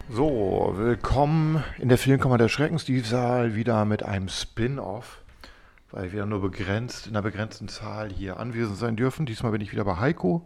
So, willkommen in der Filmkammer des Schreckens, diesmal wieder mit einem Spin-off, weil wir nur begrenzt, in einer begrenzten Zahl hier anwesend sein dürfen. Diesmal bin ich wieder bei Heiko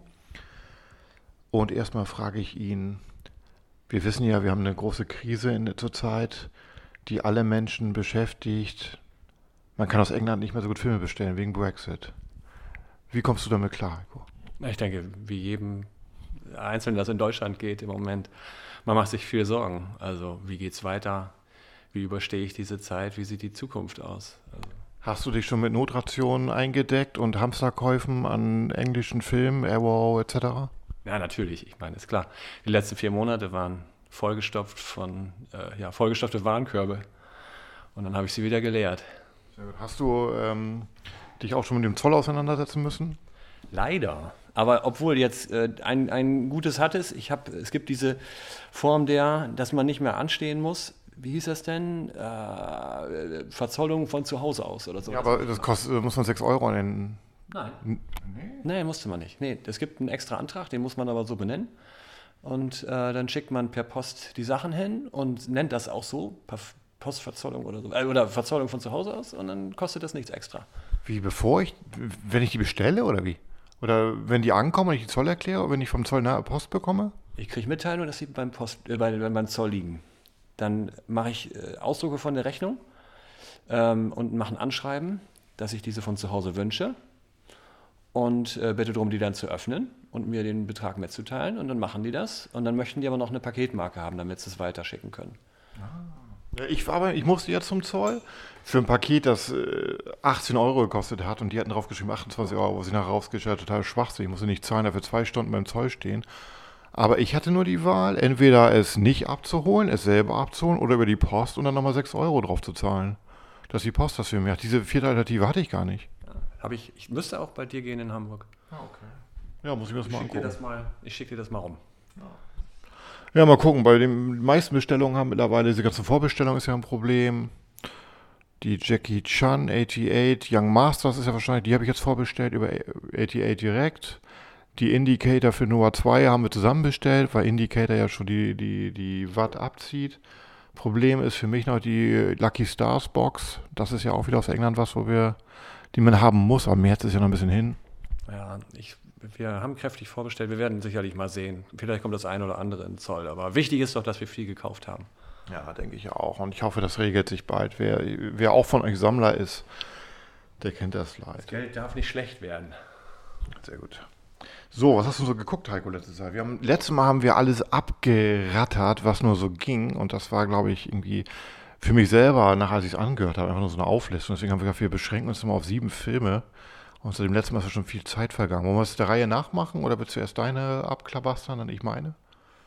und erstmal frage ich ihn, wir wissen ja, wir haben eine große Krise zurzeit, die alle Menschen beschäftigt. Man kann aus England nicht mehr so gut Filme bestellen wegen Brexit. Wie kommst du damit klar, Heiko? Ich denke, wie jedem Einzelnen, das in Deutschland geht im Moment, man macht sich viel Sorgen. Also wie geht's weiter? Wie überstehe ich diese Zeit? Wie sieht die Zukunft aus? Hast du dich schon mit Notrationen eingedeckt und Hamsterkäufen an englischen Filmen, Arrow etc.? Ja, natürlich. Ich meine, ist klar. Die letzten 4 Monate waren vollgestopft vollgestopfte Warenkörbe. Und dann habe ich sie wieder geleert. Sehr gut. Hast du dich auch schon mit dem Zoll auseinandersetzen müssen? Leider. Aber obwohl jetzt ein Gutes hat es, es gibt diese Form dass man nicht mehr anstehen muss. Wie hieß das denn? Verzollung von zu Hause aus oder so. Ja, aber das kostet, muss man 6 Euro an den... Nein. Nee? Nee, musste man nicht. Nee, es gibt einen extra Antrag, den muss man aber so benennen. Und dann schickt man per Post die Sachen hin und nennt das auch so, per Postverzollung oder so. Oder Verzollung von zu Hause aus und dann kostet das nichts extra. Wie, wenn ich die bestelle oder wie? Oder wenn die ankommen und ich die Zoll erkläre oder wenn ich vom Zoll eine Post bekomme? Ich kriege Mitteilung, dass sie beim Zoll liegen. Dann mache ich Ausdrucke von der Rechnung und mache ein Anschreiben, dass ich diese von zu Hause wünsche und bitte darum, die dann zu öffnen und mir den Betrag mitzuteilen und dann machen die das und dann möchten die aber noch eine Paketmarke haben, damit sie es weiterschicken können. Ja, ich musste jetzt zum Zoll für ein Paket, das 18 Euro gekostet hat und die hatten drauf geschrieben 28 Euro, was ich nachher rausgestellt habe, total Schwachsinn. Ich musste nicht zahlen, dafür 2 Stunden beim Zoll stehen. Aber ich hatte nur die Wahl, entweder es nicht abzuholen, es selber abzuholen oder über die Post und dann nochmal 6 Euro drauf zu zahlen. Dass die Post das für mich hat. Diese vierte Alternative hatte ich gar nicht. Ja, ich müsste auch bei dir gehen in Hamburg. Ah, okay. Ja, muss ich mir das mal angucken. Ich schicke dir das mal rum. Ja, mal gucken. Bei den meisten Bestellungen haben mittlerweile, diese ganzen Vorbestellungen ist ja ein Problem. Die Jackie Chan 88 Young Masters ist ja wahrscheinlich, die habe ich jetzt vorbestellt über 88 direkt. Die Indicator für Noah 2 haben wir zusammen bestellt, weil Indicator ja schon die Watt abzieht. Problem ist für mich noch die Lucky Stars Box. Das ist ja auch wieder aus England was, die man haben muss. Aber März ist ja noch ein bisschen hin. Ja, wir haben kräftig vorbestellt. Wir werden sicherlich mal sehen. Vielleicht kommt das eine oder andere in den Zoll. Aber wichtig ist doch, dass wir viel gekauft haben. Ja, denke ich auch. Und ich hoffe, das regelt sich bald. Wer auch von euch Sammler ist, der kennt das Leid. Das Geld darf nicht schlecht werden. Sehr gut. So, was hast du so geguckt, Heiko, letztes Jahr? Letztes Mal haben wir alles abgerattert, was nur so ging. Und das war, glaube ich, irgendwie für mich selber, als ich es angehört habe, einfach nur so eine Auflistung. Deswegen haben wir gesagt, wir beschränken uns immer auf 7 Filme. Und zu dem letzten Mal ist ja schon viel Zeit vergangen. Wollen wir es der Reihe nachmachen oder willst du erst deine abklabastern, dann ich meine?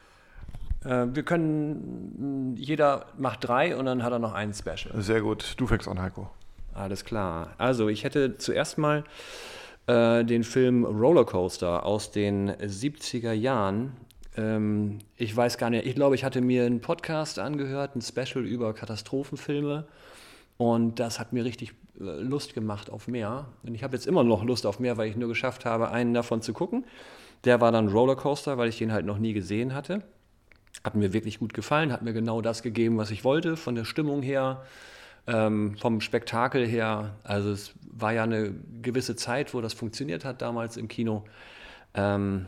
Wir können, jeder macht 3 und dann hat er noch einen Special. Sehr gut. Du fängst an, Heiko. Alles klar. Also ich hätte zuerst mal den Film Rollercoaster aus den 70er Jahren. Ich weiß gar nicht, ich glaube, ich hatte mir einen Podcast angehört, ein Special über Katastrophenfilme und das hat mir richtig Lust gemacht auf mehr. Und ich habe jetzt immer noch Lust auf mehr, weil ich nur geschafft habe, einen davon zu gucken. Der war dann Rollercoaster, weil ich den halt noch nie gesehen hatte. Hat mir wirklich gut gefallen, hat mir genau das gegeben, was ich wollte, von der Stimmung her, vom Spektakel her. Also es war ja eine gewisse Zeit, wo das funktioniert hat damals im Kino. Ich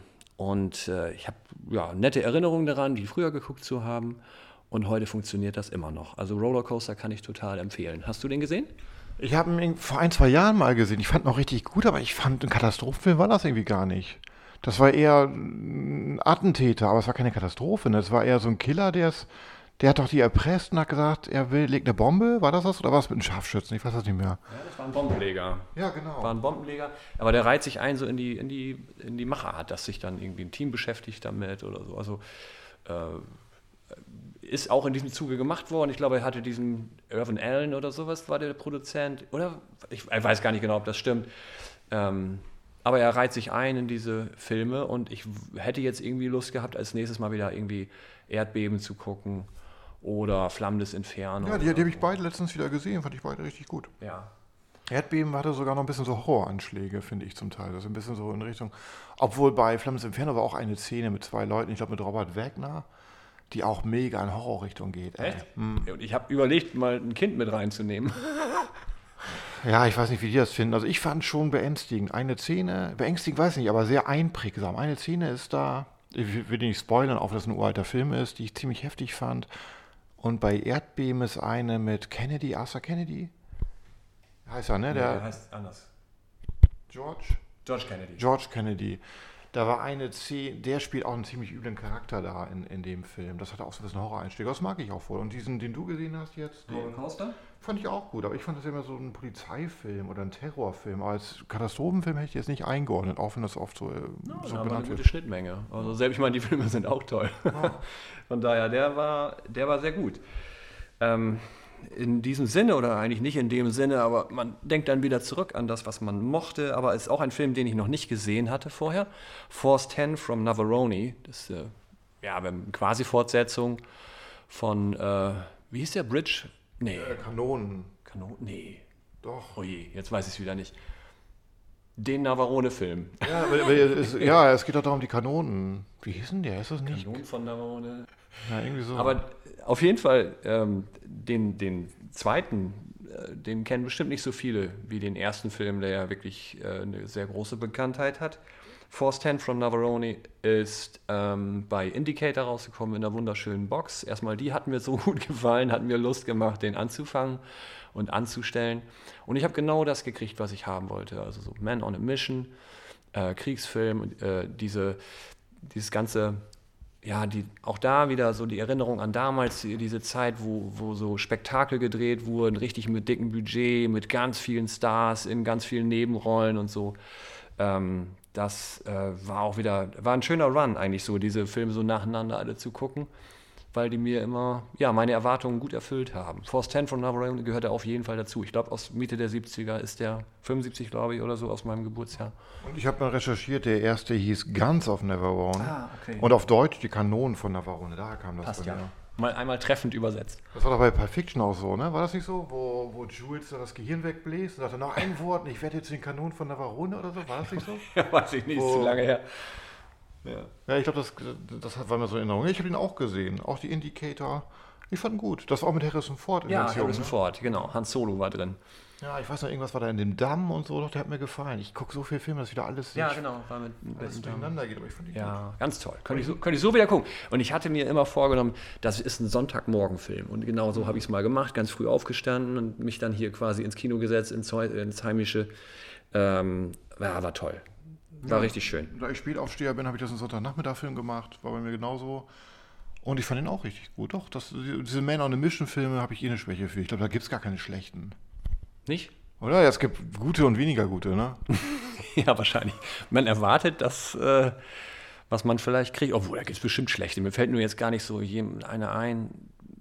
habe nette Erinnerungen daran, die früher geguckt zu haben. Und heute funktioniert das immer noch. Also Rollercoaster kann ich total empfehlen. Hast du den gesehen? Ich habe ihn vor 1, 2 Jahren mal gesehen. Ich fand ihn noch richtig gut, aber ich fand, ein Katastrophenfilm war das irgendwie gar nicht. Das war eher ein Attentäter, aber es war keine Katastrophe. Ne? Es war eher so ein Killer, der hat doch die erpresst und hat gesagt, legt eine Bombe. War das oder war es mit einem Scharfschützen? Ich weiß das nicht mehr. Ja, das war ein Bombenleger. Ja, genau. War ein Bombenleger. Aber der reiht sich ein so in die Machart, dass sich dann irgendwie ein Team beschäftigt damit oder so. Also ist auch in diesem Zuge gemacht worden. Ich glaube, er hatte diesen Irvin Allen oder sowas, war der Produzent. Oder? Ich weiß gar nicht genau, ob das stimmt. Aber er reiht sich ein in diese Filme und ich hätte jetzt irgendwie Lust gehabt, als nächstes Mal wieder irgendwie Erdbeben zu gucken oder Flammendes Inferno. Ja, die habe ich beide letztens wieder gesehen, fand ich beide richtig gut. Ja. Erdbeben hatte sogar noch ein bisschen so Horroranschläge, finde ich zum Teil. Also ein bisschen so in Richtung, obwohl bei Flammendes Inferno war auch eine Szene mit 2 Leuten, ich glaube mit Robert Wagner. die auch mega in Horrorrichtung geht. Ey. Echt? Und ich habe überlegt, mal ein Kind mit reinzunehmen. Ja, ich weiß nicht, wie die das finden. Also ich fand schon beängstigend. Eine Szene, beängstigend weiß ich nicht, aber sehr einprägsam. Eine Szene ist da, ich will die nicht spoilern, auch wenn das ein uralter Film ist, die ich ziemlich heftig fand. Und bei Erdbeben ist eine mit Kennedy, Arthur Kennedy. Heißt er, ne? Der heißt anders. George? George Kennedy. George Kennedy. Da war eine Szene, der spielt auch einen ziemlich üblen Charakter da in dem Film. Das hat auch so ein bisschen Horror-Einstieg. Das mag ich auch voll. Und diesen, den du gesehen hast jetzt, Rollercoaster? fand ich auch gut. Aber ich fand das immer so ein Polizeifilm oder ein Terrorfilm. Aber als Katastrophenfilm hätte ich jetzt nicht eingeordnet, auch wenn das oft so, so aber benannt eine wird. gute Schnittmenge. Also selbst, ich meine, die Filme sind auch toll. Von daher, der war sehr gut. In diesem Sinne, oder eigentlich nicht in dem Sinne, aber man denkt dann wieder zurück an das, was man mochte, aber es ist auch ein Film, den ich noch nicht gesehen hatte vorher. Force 10 from Navarone, das ist eine Quasi-Fortsetzung von, wie hieß der, Bridge? Nee. Kanonen. Nee. Doch. Oh je, jetzt weiß ich es wieder nicht. Den Navarone-Film. Ja, es geht doch darum, die Kanonen. Wie hieß denn der? Ist das nicht? Kanonen von Navarone. Ja, irgendwie so. Aber auf jeden Fall, den zweiten, den kennen bestimmt nicht so viele wie den ersten Film, der ja wirklich eine sehr große Bekanntheit hat. Force 10 from Navarone ist bei Indicator rausgekommen in einer wunderschönen Box. Erstmal, die hat mir so gut gefallen, hat mir Lust gemacht, den anzufangen und anzustellen. Und ich habe genau das gekriegt, was ich haben wollte. Also so Man on a Mission, Kriegsfilm, dieses ganze... Ja, auch da wieder so die Erinnerung an damals, diese Zeit, wo so Spektakel gedreht wurden, richtig mit dickem Budget, mit ganz vielen Stars, in ganz vielen Nebenrollen und so. Das war ein schöner Run eigentlich so, diese Filme so nacheinander alle zu gucken, weil die mir immer, meine Erwartungen gut erfüllt haben. Force 10 von Navarone gehört da auf jeden Fall dazu. Ich glaube, aus Mitte der 70er ist der 75, glaube ich, oder so, aus meinem Geburtsjahr. Und ich habe mal recherchiert, der erste hieß Guns of Navarone. Okay. Und auf Deutsch die Kanonen von Navarone, daher kam das. Passt bei ja. mir. Mal einmal treffend übersetzt. Das war doch bei Pulp Fiction auch so, ne? War das nicht so? Wo Jules da das Gehirn wegbläst und sagte, noch ein Wort und ich werde jetzt den Kanonen von Navarone oder so? War das nicht so? Ja, weiß ich nicht, ist zu lange her. Ja, ich glaube, das war mir so in Erinnerung. Ich habe ihn auch gesehen, auch die Indicator. Ich fand ihn gut. Das war auch mit Harrison Ford in Ja, Harrison Ford, genau. Han Solo war drin. Ja, ich weiß noch, irgendwas war da in dem Damm und so, doch, der hat mir gefallen. Ich gucke so viele Filme, dass wieder alles Genau, war mit alles durcheinander geht, aber ich fand ihn gut. Ja, ganz toll. Könnte ich so wieder gucken. Und ich hatte mir immer vorgenommen, das ist ein Sonntagmorgenfilm. Und genau so habe ich es mal gemacht, ganz früh aufgestanden und mich dann hier quasi ins Kino gesetzt, ins Heimische. War toll. War richtig schön. Da ich Spätaufsteher bin, habe ich das einen Sonntagnachmittag-Film gemacht, war bei mir genauso. Und ich fand ihn auch richtig gut. Doch, diese Man on a Mission-Filme habe ich eine Schwäche für. Ich glaube, da gibt es gar keine schlechten. Nicht? Oder? Ja, es gibt gute und weniger gute, ne? Ja, wahrscheinlich. Man erwartet das, was man vielleicht kriegt. Obwohl, da gibt es bestimmt schlechte. Mir fällt nur jetzt gar nicht so einer ein.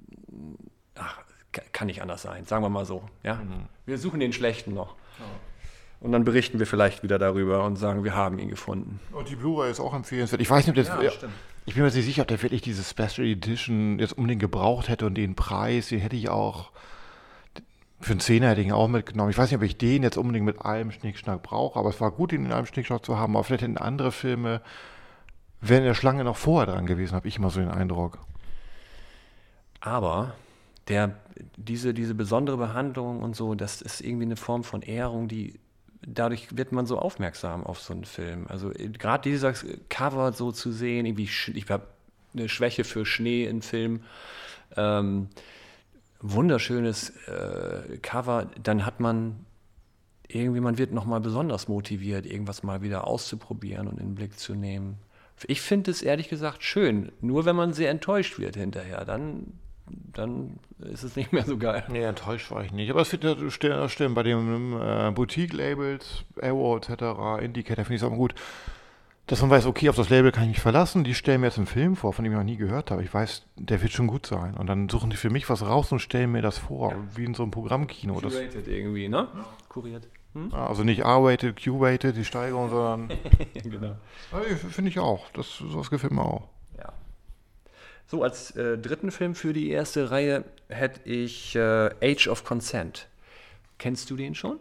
Ach, kann nicht anders sein. Sagen wir mal so. Ja? Wir suchen den schlechten noch. Ja. Und dann berichten wir vielleicht wieder darüber und sagen, wir haben ihn gefunden. Und die Blu-ray ist auch empfehlenswert. Ich weiß nicht, ob das... stimmt. Ich bin mir jetzt nicht sicher, ob der wirklich diese Special Edition jetzt unbedingt gebraucht hätte und den Preis, den hätte ich auch... Für einen Zehner hätte ich ihn auch mitgenommen. Ich weiß nicht, ob ich den jetzt unbedingt mit allem Schnickschnack brauche, aber es war gut, ihn in allem Schnickschnack zu haben. Aber vielleicht hätten andere Filme, wären in der Schlange noch vorher dran gewesen, habe ich immer so den Eindruck. Aber diese besondere Behandlung und so, das ist irgendwie eine Form von Ehrung, dadurch wird man so aufmerksam auf so einen Film. Also gerade dieser Cover so zu sehen, irgendwie, ich habe eine Schwäche für Schnee in Filmen, wunderschönes Cover, dann hat man wird nochmal besonders motiviert, irgendwas mal wieder auszuprobieren und in den Blick zu nehmen. Ich finde es ehrlich gesagt schön, nur wenn man sehr enttäuscht wird hinterher, dann ist es nicht mehr so geil. Nee, enttäuscht war ich nicht. Aber es wird ja stimmt, bei den Boutique-Labels, Arrow etc., Indicator finde ich es auch gut, dass man weiß, okay, auf das Label kann ich mich verlassen, die stellen mir jetzt einen Film vor, von dem ich noch nie gehört habe. Ich weiß, der wird schon gut sein. Und dann suchen die für mich was raus und stellen mir das vor, wie in so einem Programmkino. Curated irgendwie, ne? Ja. Kuriert. Also nicht R-rated, Q-rated, die Steigerung, sondern... Genau. Finde ich auch. Sowas gefällt mir auch. Ja. So, als dritten Film für die erste Reihe hätte ich Age of Consent. Kennst du den schon?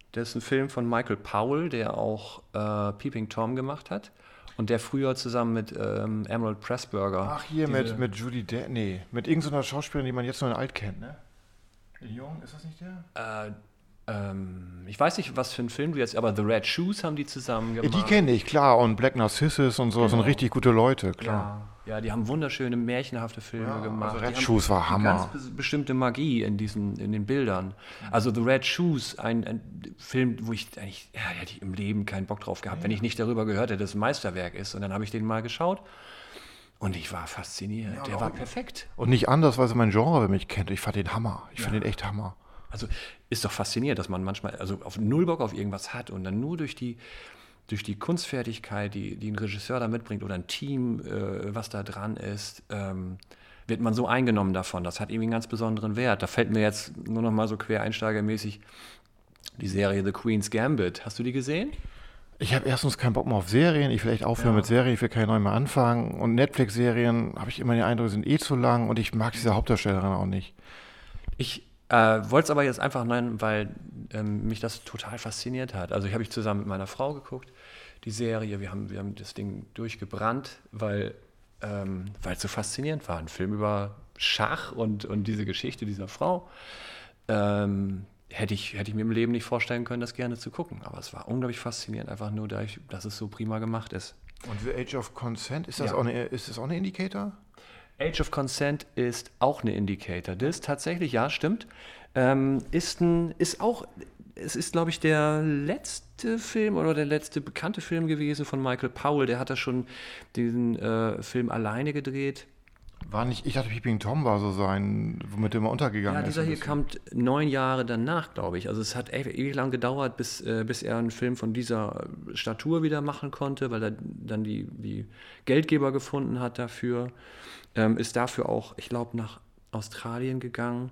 Das ist ein Film von Michael Powell, der auch Peeping Tom gemacht hat. Und der früher zusammen mit Emerald Pressburger. Ach, hier mit Judy nee, mit irgendeiner Schauspielerin, die man jetzt nur in alt kennt, ne? Den Jungen, ist das nicht der? Ich weiß nicht, was für ein Film du jetzt, aber The Red Shoes haben die zusammen gemacht. Ja, die kenne ich, klar. Und Black Narcissus und so, das sind richtig gute Leute, klar. Ja, die haben wunderschöne, märchenhafte Filme gemacht. Also Red Shoes war Hammer. Ganz bestimmte Magie in den Bildern. Also The Red Shoes, ein Film, wo ich eigentlich, hätte ich im Leben keinen Bock drauf gehabt, wenn ich nicht darüber gehört hätte, dass es ein Meisterwerk ist. Und dann habe ich den mal geschaut und ich war fasziniert. Der war perfekt. Und nicht anders, weil sie mein Genre, wer mich kennt. Ich fand den Hammer. Ich fand den echt Hammer. Also ist doch faszinierend, dass man manchmal also auf null Bock auf irgendwas hat und dann nur durch die Kunstfertigkeit, die ein Regisseur da mitbringt oder ein Team, was da dran ist, wird man so eingenommen davon. Das hat irgendwie einen ganz besonderen Wert. Da fällt mir jetzt nur noch mal so quereinsteigermäßig die Serie The Queen's Gambit. Hast du die gesehen? Ich habe erstens keinen Bock mehr auf Serien. Ich will echt aufhören mit Serien. Ich will keine neuen mehr anfangen. Und Netflix-Serien, habe ich immer den Eindruck, sind zu lang. Und ich mag diese Hauptdarstellerin auch nicht. Ich wollte es aber jetzt einfach nennen, weil mich das total fasziniert hat. Also ich zusammen mit meiner Frau geguckt, die Serie. Wir haben das Ding durchgebrannt, weil es so faszinierend war. Ein Film über Schach und diese Geschichte dieser Frau. Hätte ich mir im Leben nicht vorstellen können, das gerne zu gucken. Aber es war unglaublich faszinierend, einfach nur dadurch, dass es so prima gemacht ist. Und The Age of Consent, ist das auch eine Indicator? Age of Consent ist auch eine Indicator. Das ist tatsächlich, ja, stimmt. Es ist, glaube ich, der letzte Film oder der letzte bekannte Film gewesen von Michael Powell. Der hat da schon diesen Film alleine gedreht. Ich dachte, Peeping Tom war so sein, womit er immer untergegangen ist. Ja, dieser hier kam 9 Jahre danach, glaube ich. Also es hat ewig lang gedauert, bis er einen Film von dieser Statur wieder machen konnte, weil er dann die Geldgeber gefunden hat dafür. Ist dafür auch, ich glaube, nach Australien gegangen,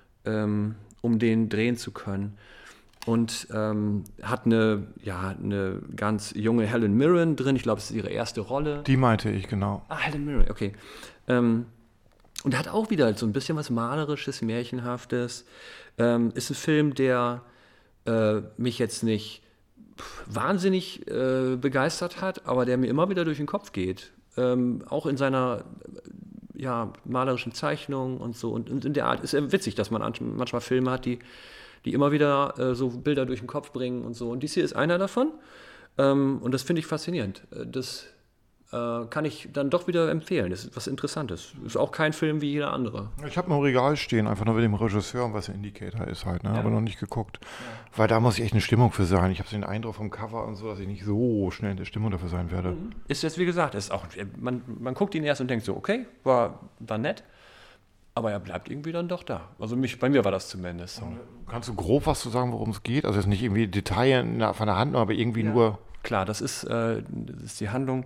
um den drehen zu können. Und hat eine ganz junge Helen Mirren drin. Ich glaube, es ist ihre erste Rolle. Die meinte ich, genau. Ah, Helen Mirren, okay. Und hat auch wieder so ein bisschen was Malerisches, Märchenhaftes. Ist ein Film, der mich jetzt nicht wahnsinnig begeistert hat, aber der mir immer wieder durch den Kopf geht. Auch in seiner malerischen Zeichnung und so. Und in der Art ist es witzig, dass man manchmal Filme hat, die immer wieder so Bilder durch den Kopf bringen und so. Und dies hier ist einer davon. Und das finde ich faszinierend. Das kann ich dann doch wieder empfehlen. Das ist was Interessantes. Ist auch kein Film wie jeder andere. Ich habe noch im Regal stehen, einfach nur mit dem Regisseur, was ein Indicator ist halt, ne? Aber noch nicht geguckt. Weil da muss ich echt eine Stimmung für sein. Ich habe so den Eindruck vom Cover und so, dass ich nicht so schnell in der Stimmung dafür sein werde. Ist jetzt, wie gesagt, ist auch, man guckt ihn erst und denkt so, okay, war nett. Aber er bleibt irgendwie dann doch da. Also bei mir war das zumindest so. Kannst du grob was zu sagen, worum es geht? Also jetzt nicht irgendwie Detail von der Handlung, aber irgendwie nur... Klar, das ist die Handlung.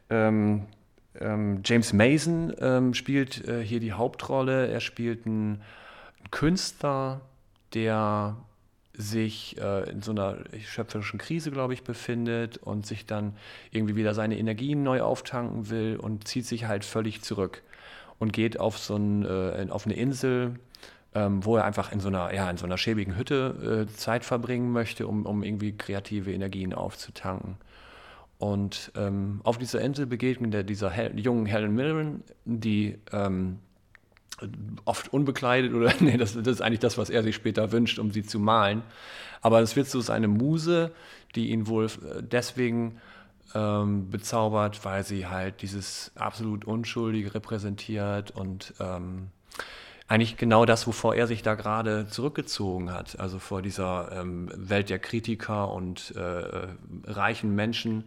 James Mason spielt hier die Hauptrolle. Er spielt einen Künstler, der sich in so einer schöpferischen Krise, glaube ich, befindet und sich dann irgendwie wieder seine Energien neu auftanken will und zieht sich halt völlig zurück und geht auf auf eine Insel, wo er einfach in so einer schäbigen Hütte Zeit verbringen möchte, um irgendwie kreative Energien aufzutanken. Und auf dieser Insel begegnet er dieser jungen Helen Mirren, die oft unbekleidet oder das ist eigentlich das, was er sich später wünscht, um sie zu malen. Aber es wird so seine Muse, die ihn wohl deswegen bezaubert, weil sie halt dieses absolut Unschuldige repräsentiert und eigentlich genau das, wovor er sich da gerade zurückgezogen hat, also vor dieser Welt der Kritiker und reichen Menschen.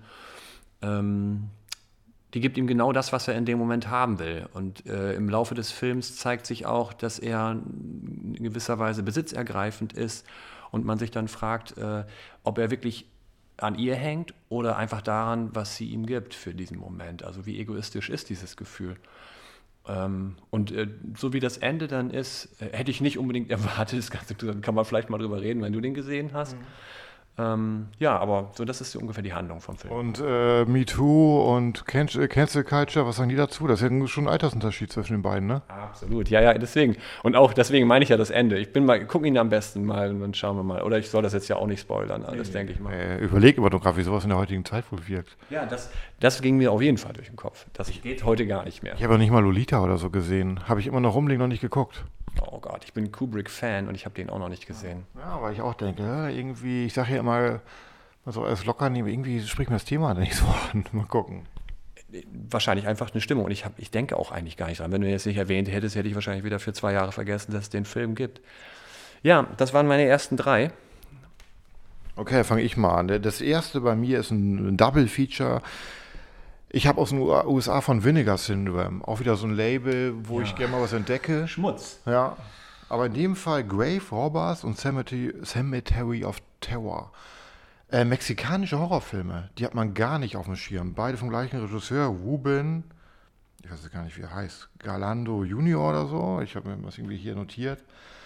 Die gibt ihm genau das, was er in dem Moment haben will. Und im Laufe des Films zeigt sich auch, dass er in gewisser Weise besitzergreifend ist und man sich dann fragt, ob er wirklich an ihr hängt oder einfach daran, was sie ihm gibt für diesen Moment. Also wie egoistisch ist dieses Gefühl. Und so wie das Ende dann ist, hätte ich nicht unbedingt erwartet, das Ganze kann man vielleicht mal drüber reden, wenn du den gesehen hast. Ja, aber so, das ist so ungefähr die Handlung vom Film. Und Me Too und Cancel Culture, was sagen die dazu? Das ist ja schon ein Altersunterschied zwischen den beiden, ne? Absolut, ja, deswegen. Und auch deswegen meine ich ja das Ende. Gucken ihn am besten mal und dann schauen wir mal. Oder ich soll das jetzt ja auch nicht spoilern, alles denke ich mal. Überleg immer doch gerade, wie sowas in der heutigen Zeit wohl wirkt. Ja, das ging mir auf jeden Fall durch den Kopf. Das geht heute gar nicht mehr. Ich habe ja nicht mal Lolita oder so gesehen. Habe ich immer noch rumliegen, noch nicht geguckt. Oh Gott, ich bin Kubrick-Fan und ich habe den auch noch nicht gesehen. Ja, weil ich auch denke, irgendwie, ich sage ja immer, man soll alles locker nehmen, irgendwie spricht mir das Thema nicht so an. Mal gucken. Wahrscheinlich einfach eine Stimmung. Und ich denke auch eigentlich gar nicht dran. Wenn du jetzt nicht erwähnt hättest, hätte ich wahrscheinlich wieder für 2 Jahre vergessen, dass es den Film gibt. Ja, das waren meine ersten 3. Okay, fange ich mal an. Das erste bei mir ist ein Double-Feature. Ich habe aus den USA von Vinegar Syndrome auch wieder so ein Label, wo ich gerne mal was entdecke. Schmutz. Ja, aber in dem Fall Grave Robbers und Cemetery of Terror. Mexikanische Horrorfilme, die hat man gar nicht auf dem Schirm. Beide vom gleichen Regisseur, Ruben, ich weiß gar nicht, wie er heißt, Galando Junior oder so. Ich habe mir das irgendwie hier notiert.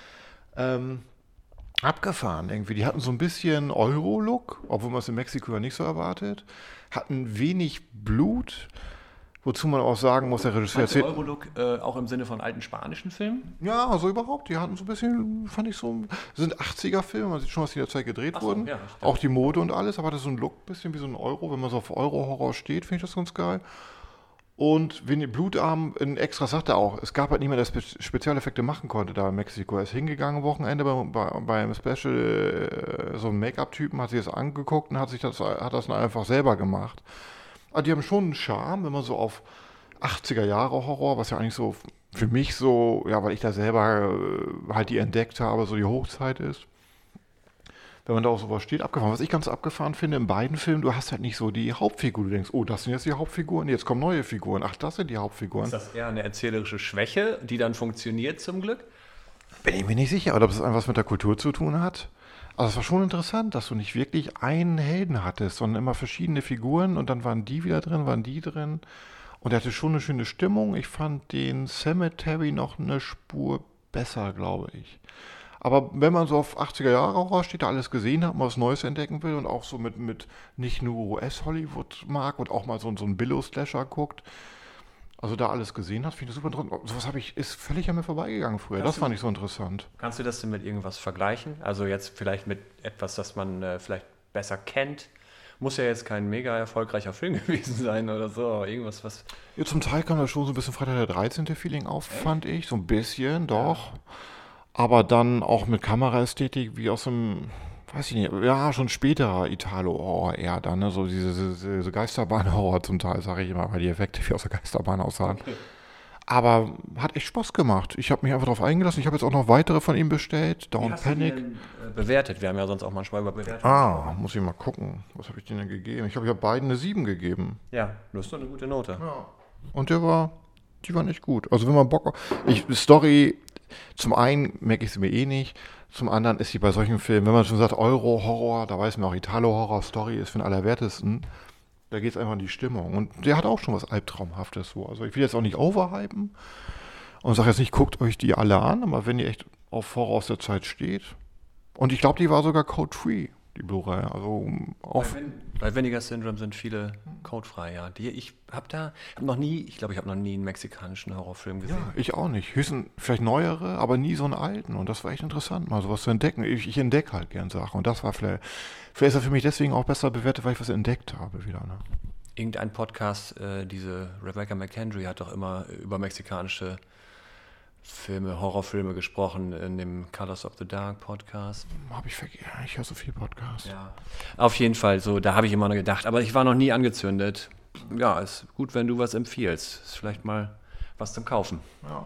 Abgefahren irgendwie. Die hatten so ein bisschen Euro-Look, obwohl man es in Mexiko ja nicht so erwartet. Hatten wenig Blut, wozu man auch sagen muss, der Regisseur Meinst du erzählt. Eurolook auch im Sinne von alten spanischen Filmen? Ja, also überhaupt. Die hatten so ein bisschen, fand ich so, sind 80er-Filme, man sieht schon, was in der Zeit gedreht Ach so, wurden. ja, stimmt. Auch die Mode und alles, aber hatte so ein Look, bisschen wie so ein Euro. Wenn man so auf Euro-Horror steht, finde ich das ganz geil. Und wenn die Blutarm in extra sagte auch, es gab halt niemand, der Spezialeffekte machen konnte da in Mexiko. Er ist hingegangen Wochenende beim Special, so einen Make-up-Typen, hat sich das angeguckt und hat das dann einfach selber gemacht. Aber die haben schon einen Charme, wenn man so auf 80er Jahre Horror, was ja eigentlich so für mich so, ja, weil ich da selber halt die entdeckt habe, so die Hochzeit ist. Wenn man da auch sowas steht, abgefahren. Was ich ganz abgefahren finde, in beiden Filmen, du hast halt nicht so die Hauptfigur. Du denkst, oh, das sind jetzt die Hauptfiguren, jetzt kommen neue Figuren. Ach, das sind die Hauptfiguren. Ist das eher eine erzählerische Schwäche, die dann funktioniert zum Glück? Bin ich mir nicht sicher, oder ob es was mit der Kultur zu tun hat. Also es war schon interessant, dass du nicht wirklich einen Helden hattest, sondern immer verschiedene Figuren und dann waren die wieder drin, waren die drin. Und er hatte schon eine schöne Stimmung. Ich fand den Cemetery noch eine Spur besser, glaube ich. Aber wenn man so auf 80er Jahre Horror steht, da alles gesehen hat, mal was Neues entdecken will und auch so mit nicht nur US-Hollywood mag und auch mal so einen Billo-Slasher guckt, also da alles gesehen hat, finde ich das super interessant. Sowas ist völlig an mir vorbeigegangen früher. Das fand ich so interessant. Kannst du das denn mit irgendwas vergleichen? Also jetzt vielleicht mit etwas, das man vielleicht besser kennt? Muss ja jetzt kein mega erfolgreicher Film gewesen sein oder so, aber irgendwas, was... Ja, zum Teil kam da schon so ein bisschen Freitag der 13. Feeling auf, fand ich. So ein bisschen, doch. Aber dann auch mit Kameraästhetik wie aus einem, weiß ich nicht, ja, schon späterer Italo-Horror eher dann, ne? So diese Geisterbahn-Horror zum Teil, sage ich immer, weil die Effekte wie aus der Geisterbahn aussahen. Okay. Aber hat echt Spaß gemacht. Ich habe mich einfach darauf eingelassen. Ich habe jetzt auch noch weitere von ihm bestellt. Dawn Panic. Wie hast du den bewertet? Wir haben ja sonst auch manchmal über Bewertungen gesprochen. Muss ich mal gucken. Was habe ich denen denn gegeben? Ich habe beiden eine 7 gegeben. Ja, das ist doch eine gute Note. Ja. Und die waren echt gut. Also wenn man Bock auf... Story... Zum einen merke ich sie mir eh nicht, zum anderen ist sie bei solchen Filmen, wenn man schon sagt Euro-Horror, da weiß man auch Italo-Horror, Story ist für den Allerwertesten, da geht es einfach in die Stimmung. Und der hat auch schon was Albtraumhaftes so. Also ich will jetzt auch nicht overhypen und sage jetzt nicht, guckt euch die alle an, aber wenn ihr echt auf Horror aus der Zeit steht, und ich glaube, die war sogar code-free, die Blu-ray. Also bei Vinegar Syndrome sind viele codefrei, ja. Ich habe noch nie einen mexikanischen Horrorfilm gesehen. Ja, ich auch nicht. Höchstens vielleicht neuere, aber nie so einen alten. Und das war echt interessant, mal sowas zu entdecken. Ich entdecke halt gern Sachen. Und das war vielleicht ist er für mich deswegen auch besser bewertet, weil ich was entdeckt habe wieder. Ne? Irgendein Podcast, diese Rebecca McKendry hat doch immer über mexikanische Horrorfilme gesprochen in dem Colors of the Dark Podcast. Habe ich vergessen. Ich höre so viel Podcasts. Ja. Auf jeden Fall, so, da habe ich immer noch gedacht, aber ich war noch nie angezündet. Ja, ist gut, wenn du was empfiehlst. Ist vielleicht mal was zum Kaufen.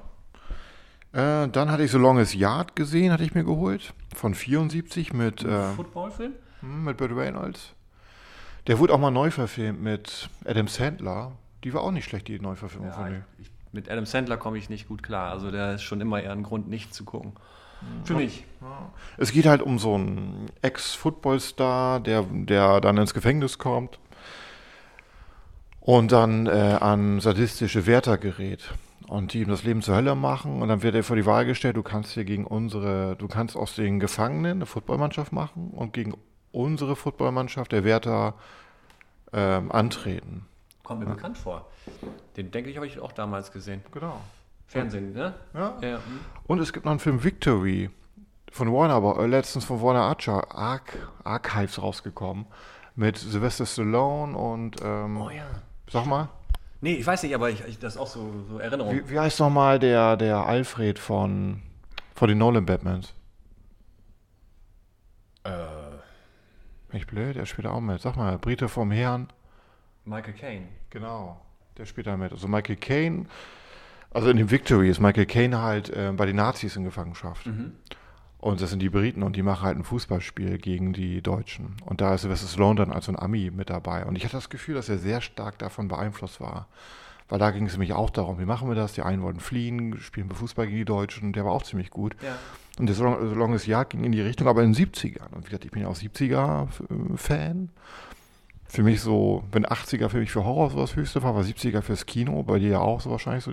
Ja. Dann hatte ich So Long as Yard gesehen, hatte ich mir geholt. Von 74 mit... Footballfilm? Mit Burt Reynolds. Der wurde auch mal neu verfilmt mit Adam Sandler. Die war auch nicht schlecht, die Neuverfilmung von mir. Mit Adam Sandler komme ich nicht gut klar. Also der ist schon immer eher ein Grund, nicht zu gucken. Für mich. Ja. Es geht halt um so einen Ex-Football-Star, der dann ins Gefängnis kommt und dann an sadistische Wärter gerät und die ihm das Leben zur Hölle machen. Und dann wird er vor die Wahl gestellt, du kannst aus den Gefangenen eine Footballmannschaft machen und gegen unsere Footballmannschaft, der Werther, antreten. Kommt mir bekannt vor. Den denke ich, habe ich auch damals gesehen. Genau. Fernsehen, ne? Ja. Ja. Und es gibt noch einen Film Victory von Warner, aber letztens von Warner Archives rausgekommen mit Sylvester Stallone und Oh ja. sag mal, Nee, ich weiß nicht, aber das ist auch so Erinnerung. wie heißt nochmal der Alfred von den Nolan Batmans? Nicht blöd, er spielt auch mit. Sag mal, Brite vom Herrn. Michael Caine. Genau, der spielt da mit. Also Michael Caine, also in dem Victory ist Michael Caine halt bei den Nazis in Gefangenschaft. Und das sind die Briten und die machen halt ein Fußballspiel gegen die Deutschen. Und da ist Sylvester Stallone dann als so ein Ami mit dabei. Und ich hatte das Gefühl, dass er sehr stark davon beeinflusst war. Weil da ging es nämlich auch darum, wie machen wir das? Die einen wollten fliehen, spielen Fußball gegen die Deutschen. Der war auch ziemlich gut. Ja. Und der Longest Yard ging in die Richtung, aber in den 70ern. Und wie gesagt, ich bin ja auch 70er-Fan. Für mich so, wenn 80er für mich für Horror so das Höchste war 70er fürs Kino. Bei dir ja auch so wahrscheinlich so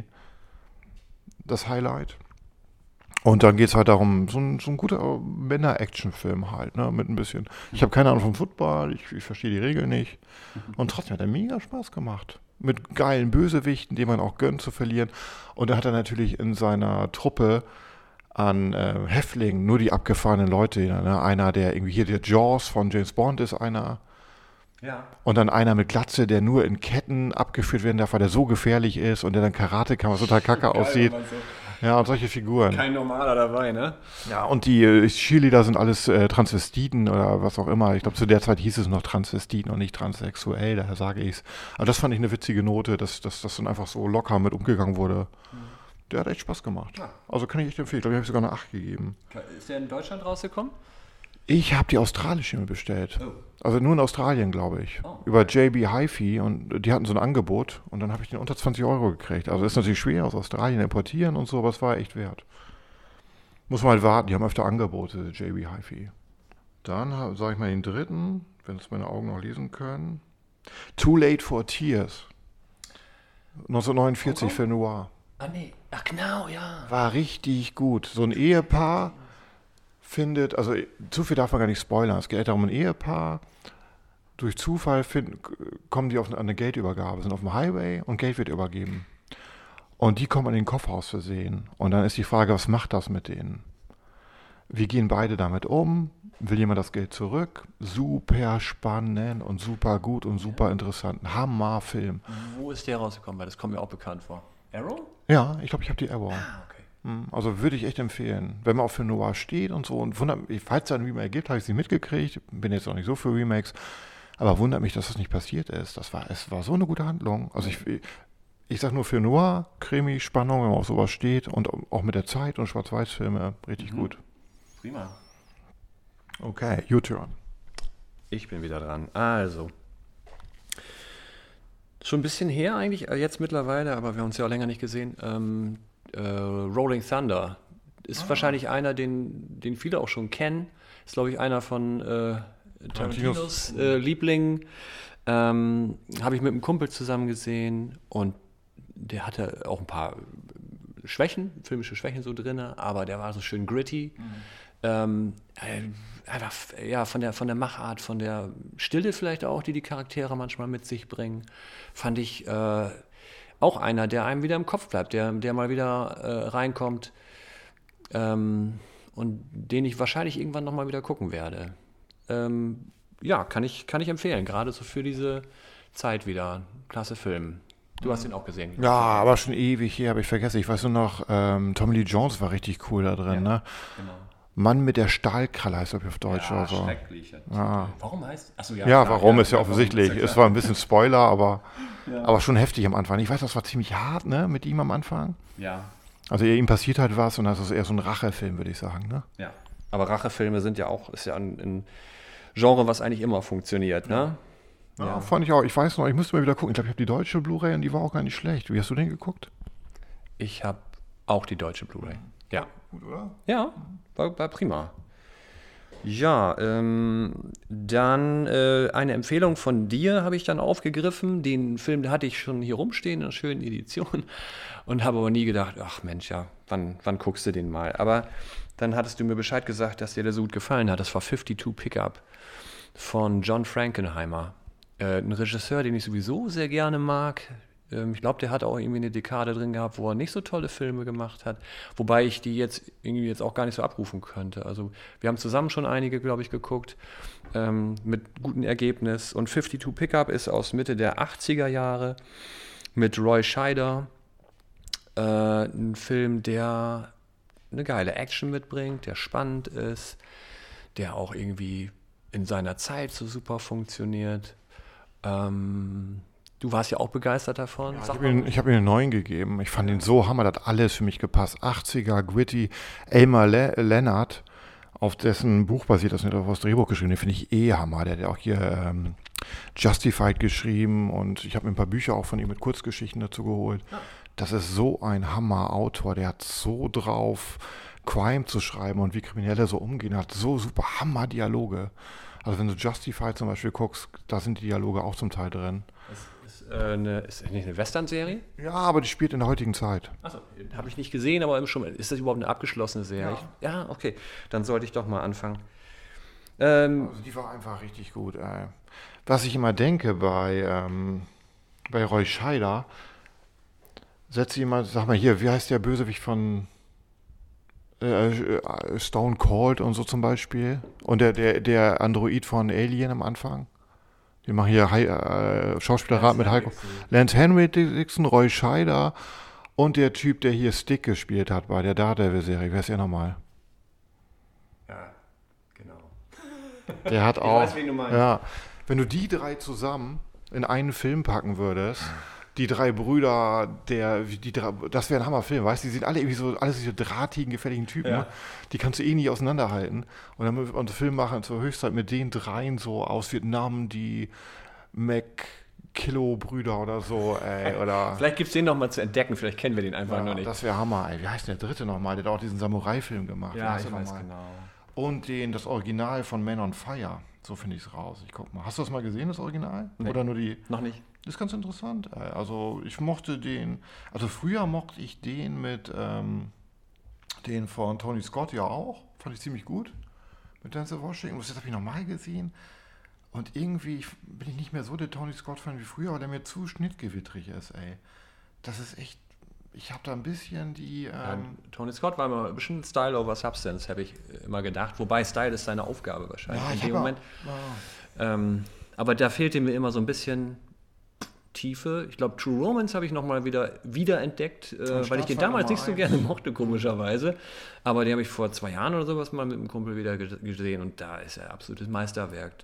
das Highlight. Und dann geht es halt darum, so ein guter Männer-Action-Film halt, ne, mit ein bisschen. Ich habe keine Ahnung vom Football, ich verstehe die Regeln nicht. Und trotzdem hat er mega Spaß gemacht. Mit geilen Bösewichten, denen man auch gönnt zu verlieren. Und da hat er natürlich in seiner Truppe an Häftlingen nur die abgefahrenen Leute. Ne? Einer, der irgendwie hier, der Jaws von James Bond ist einer. Ja. Und dann einer mit Glatze, der nur in Ketten abgeführt werden darf, weil der so gefährlich ist und der dann Karate kann, was total kacke aussieht. Ja, und solche Figuren. Kein Normaler dabei, ne? Ja, und die Cheerleader sind alles Transvestiten oder was auch immer. Ich glaube, zu der Zeit hieß es noch Transvestiten und nicht transsexuell, daher sage ich es. Aber das fand ich eine witzige Note, dass das dann einfach so locker mit umgegangen wurde. Der hat echt Spaß gemacht. Ja. Also kann ich echt empfehlen. Ich glaube, ich habe sogar eine 8 gegeben. Ist der in Deutschland rausgekommen? Ich habe die australische mir bestellt. Oh. Also nur in Australien, glaube ich. Oh. Über JB Hi-Fi und die hatten so ein Angebot und dann habe ich den unter 20 Euro gekriegt. Also ist natürlich schwer aus Australien importieren und so, aber es war echt wert. Muss man halt warten, die haben öfter Angebote, JB Hi-Fi. Dann sage ich mal den dritten, wenn es meine Augen noch lesen können. Too Late for Tears. 1949 für Noir. Ah, nee. Ach, genau, ja. War richtig gut. So ein Ehepaar findet, also zu viel darf man gar nicht spoilern. Es geht darum, ein Ehepaar, durch Zufall kommen die an eine Geldübergabe, sind auf dem Highway und Geld wird übergeben. Und die kommen an den Koffer aus Versehen. Und dann ist die Frage, was macht das mit denen? Wie gehen beide damit um? Will jemand das Geld zurück? Super spannend und super gut und super interessant. Ein Hammerfilm. Wo ist der rausgekommen? Weil das kommt mir auch bekannt vor. Arrow? Ja, ich glaube, ich habe die Arrow. Ah, okay. Also würde ich echt empfehlen, wenn man auch für Noir steht und so. Und falls es ein Remake gibt, habe ich sie mitgekriegt. Bin jetzt auch nicht so für Remakes. Aber wundert mich, dass das nicht passiert ist. Es war so eine gute Handlung. Also ich sag nur für Noir, Krimi, Spannung, wenn man auf sowas steht. Und auch mit der Zeit und Schwarz-Weiß-Filme richtig gut. Prima. Okay, U-Turn. Ich bin wieder dran. Also. Schon ein bisschen her eigentlich, jetzt mittlerweile, aber wir haben uns ja auch länger nicht gesehen. Rolling Thunder ist wahrscheinlich einer, den viele auch schon kennen. Ist, glaube ich, einer von Tarantinos Lieblingen. Habe ich mit einem Kumpel zusammen gesehen und der hatte auch ein paar filmische Schwächen so drin, aber der war so schön gritty. Einfach, ja, von der Machart, von der Stille vielleicht auch, die Charaktere manchmal mit sich bringen, fand ich auch einer, der einem wieder im Kopf bleibt, der mal wieder reinkommt und den ich wahrscheinlich irgendwann nochmal wieder gucken werde. Ja, kann ich empfehlen, gerade so für diese Zeit wieder. Klasse Film. Du hast ihn auch gesehen. Ja, aber schon ewig her, habe ich vergessen. Ich weiß nur noch, Tommy Lee Jones war richtig cool da drin, ne? Genau. Mann mit der Stahlkralle heißt er auf Deutsch oder so. Schrecklich. Ja. Warum heißt? Achso, Ja, warum ist ja offensichtlich. Warum ist Es war ein bisschen Spoiler, aber schon heftig am Anfang. Ich weiß, das war ziemlich hart, ne, mit ihm am Anfang. Ja. Also ihm passiert halt was und das ist eher so ein Rachefilm, würde ich sagen, ne? Ja. Aber Rachefilme ist ja ein Genre, was eigentlich immer funktioniert, ne? Ja, fand ich auch. Ich weiß noch, ich müsste mal wieder gucken. Ich glaube, ich habe die deutsche Blu-ray und die war auch gar nicht schlecht. Wie hast du den geguckt? Ich habe auch die deutsche Blu-ray. Ja. Gut, oder? Ja, war prima. Ja, dann eine Empfehlung von dir habe ich dann aufgegriffen. Den Film hatte ich schon hier rumstehen in einer schönen Edition und habe aber nie gedacht, ach Mensch, ja, wann guckst du den mal? Aber dann hattest du mir Bescheid gesagt, dass dir der so gut gefallen hat. Das war 52 Pickup von John Frankenheimer. Ein Regisseur, den ich sowieso sehr gerne mag. Ich glaube, der hat auch irgendwie eine Dekade drin gehabt, wo er nicht so tolle Filme gemacht hat. Wobei ich die jetzt irgendwie jetzt auch gar nicht so abrufen könnte. Also wir haben zusammen schon einige, glaube ich, geguckt, mit gutem Ergebnis. Und 52 Pickup ist aus Mitte der 80er Jahre mit Roy Scheider. Ein Film, der eine geile Action mitbringt, der spannend ist, der auch irgendwie in seiner Zeit so super funktioniert. Du warst ja auch begeistert davon. Ja, ich hab ihm einen 9 gegeben. Ich fand ihn so hammer, das hat alles für mich gepasst. 80er, gritty, Elmer Leonard, auf dessen Buch basiert das, nicht auf das Drehbuch geschrieben, den finde ich Hammer. Der hat ja auch hier Justified geschrieben und ich habe mir ein paar Bücher auch von ihm mit Kurzgeschichten dazu geholt. Das ist so ein Hammer-Autor, der hat so drauf, Crime zu schreiben und wie Kriminelle so umgehen, hat so super Hammer-Dialoge. Also wenn du Justified zum Beispiel guckst, da sind die Dialoge auch zum Teil drin. Ist nicht eine Western-Serie? Ja, aber die spielt in der heutigen Zeit. Achso, habe ich nicht gesehen, aber schon, ist das überhaupt eine abgeschlossene Serie? Ja, okay. Dann sollte ich doch mal anfangen. Also die war einfach richtig gut. Was ich immer denke bei Roy Scheider, setze ich immer, sag mal hier, wie heißt der Bösewicht von Stone Cold und so zum Beispiel? Und der Android von Alien am Anfang? Die machen hier Schauspielerrat mit Heiko. Lance Henriksen, Roy Scheider und der Typ, der hier Stick gespielt hat bei der Daredevil-Serie. Wer ist er nochmal? Ja, genau. Der hat auch. Ich weiß, wen du meinst. Ja, wenn du die drei zusammen in einen Film packen würdest, die drei Brüder, das wäre ein Hammerfilm, weißt du? Die sind alle irgendwie so, alles diese drahtigen, gefährlichen Typen. Ja. Ne? Die kannst du eh nicht auseinanderhalten. Und dann einen Film machen zur Höchstzeit mit den dreien so aus Vietnam, die Kilo-Brüder oder so, ey, oder. Vielleicht gibt es den noch mal zu entdecken, vielleicht kennen wir den einfach Ja, noch nicht. das wäre Hammer, ey. Wie heißt denn der dritte nochmal? Der hat auch diesen Samurai-Film gemacht. Wie Ja, heißt ich der weiß nochmal? genau. Und das Original von Man on Fire. So finde ich es raus. Ich guck mal. Hast du das mal gesehen, das Original? Nee. Oder nur die? Noch nicht? Das ist ganz interessant. Also ich mochte den. Also früher mochte ich den mit den von Tony Scott ja auch. Fand ich ziemlich gut. Mit Denzel Washington. Das habe ich nochmal gesehen. Und irgendwie bin ich nicht mehr so der Tony Scott-Fan wie früher, weil der mir zu schnittgewittrig ist, ey. Das ist echt. Ich habe da ein bisschen die. Tony Scott war immer ein bisschen Style over Substance, habe ich immer gedacht. Wobei Style ist seine Aufgabe wahrscheinlich in dem Moment. Aber da fehlte mir immer so ein bisschen Tiefe. Ich glaube, True Romance habe ich nochmal wieder entdeckt, weil ich den damals nicht so gerne mochte, komischerweise. Aber den habe ich vor 2 Jahren oder sowas mal mit einem Kumpel wieder gesehen und da ist er absolutes Meisterwerk.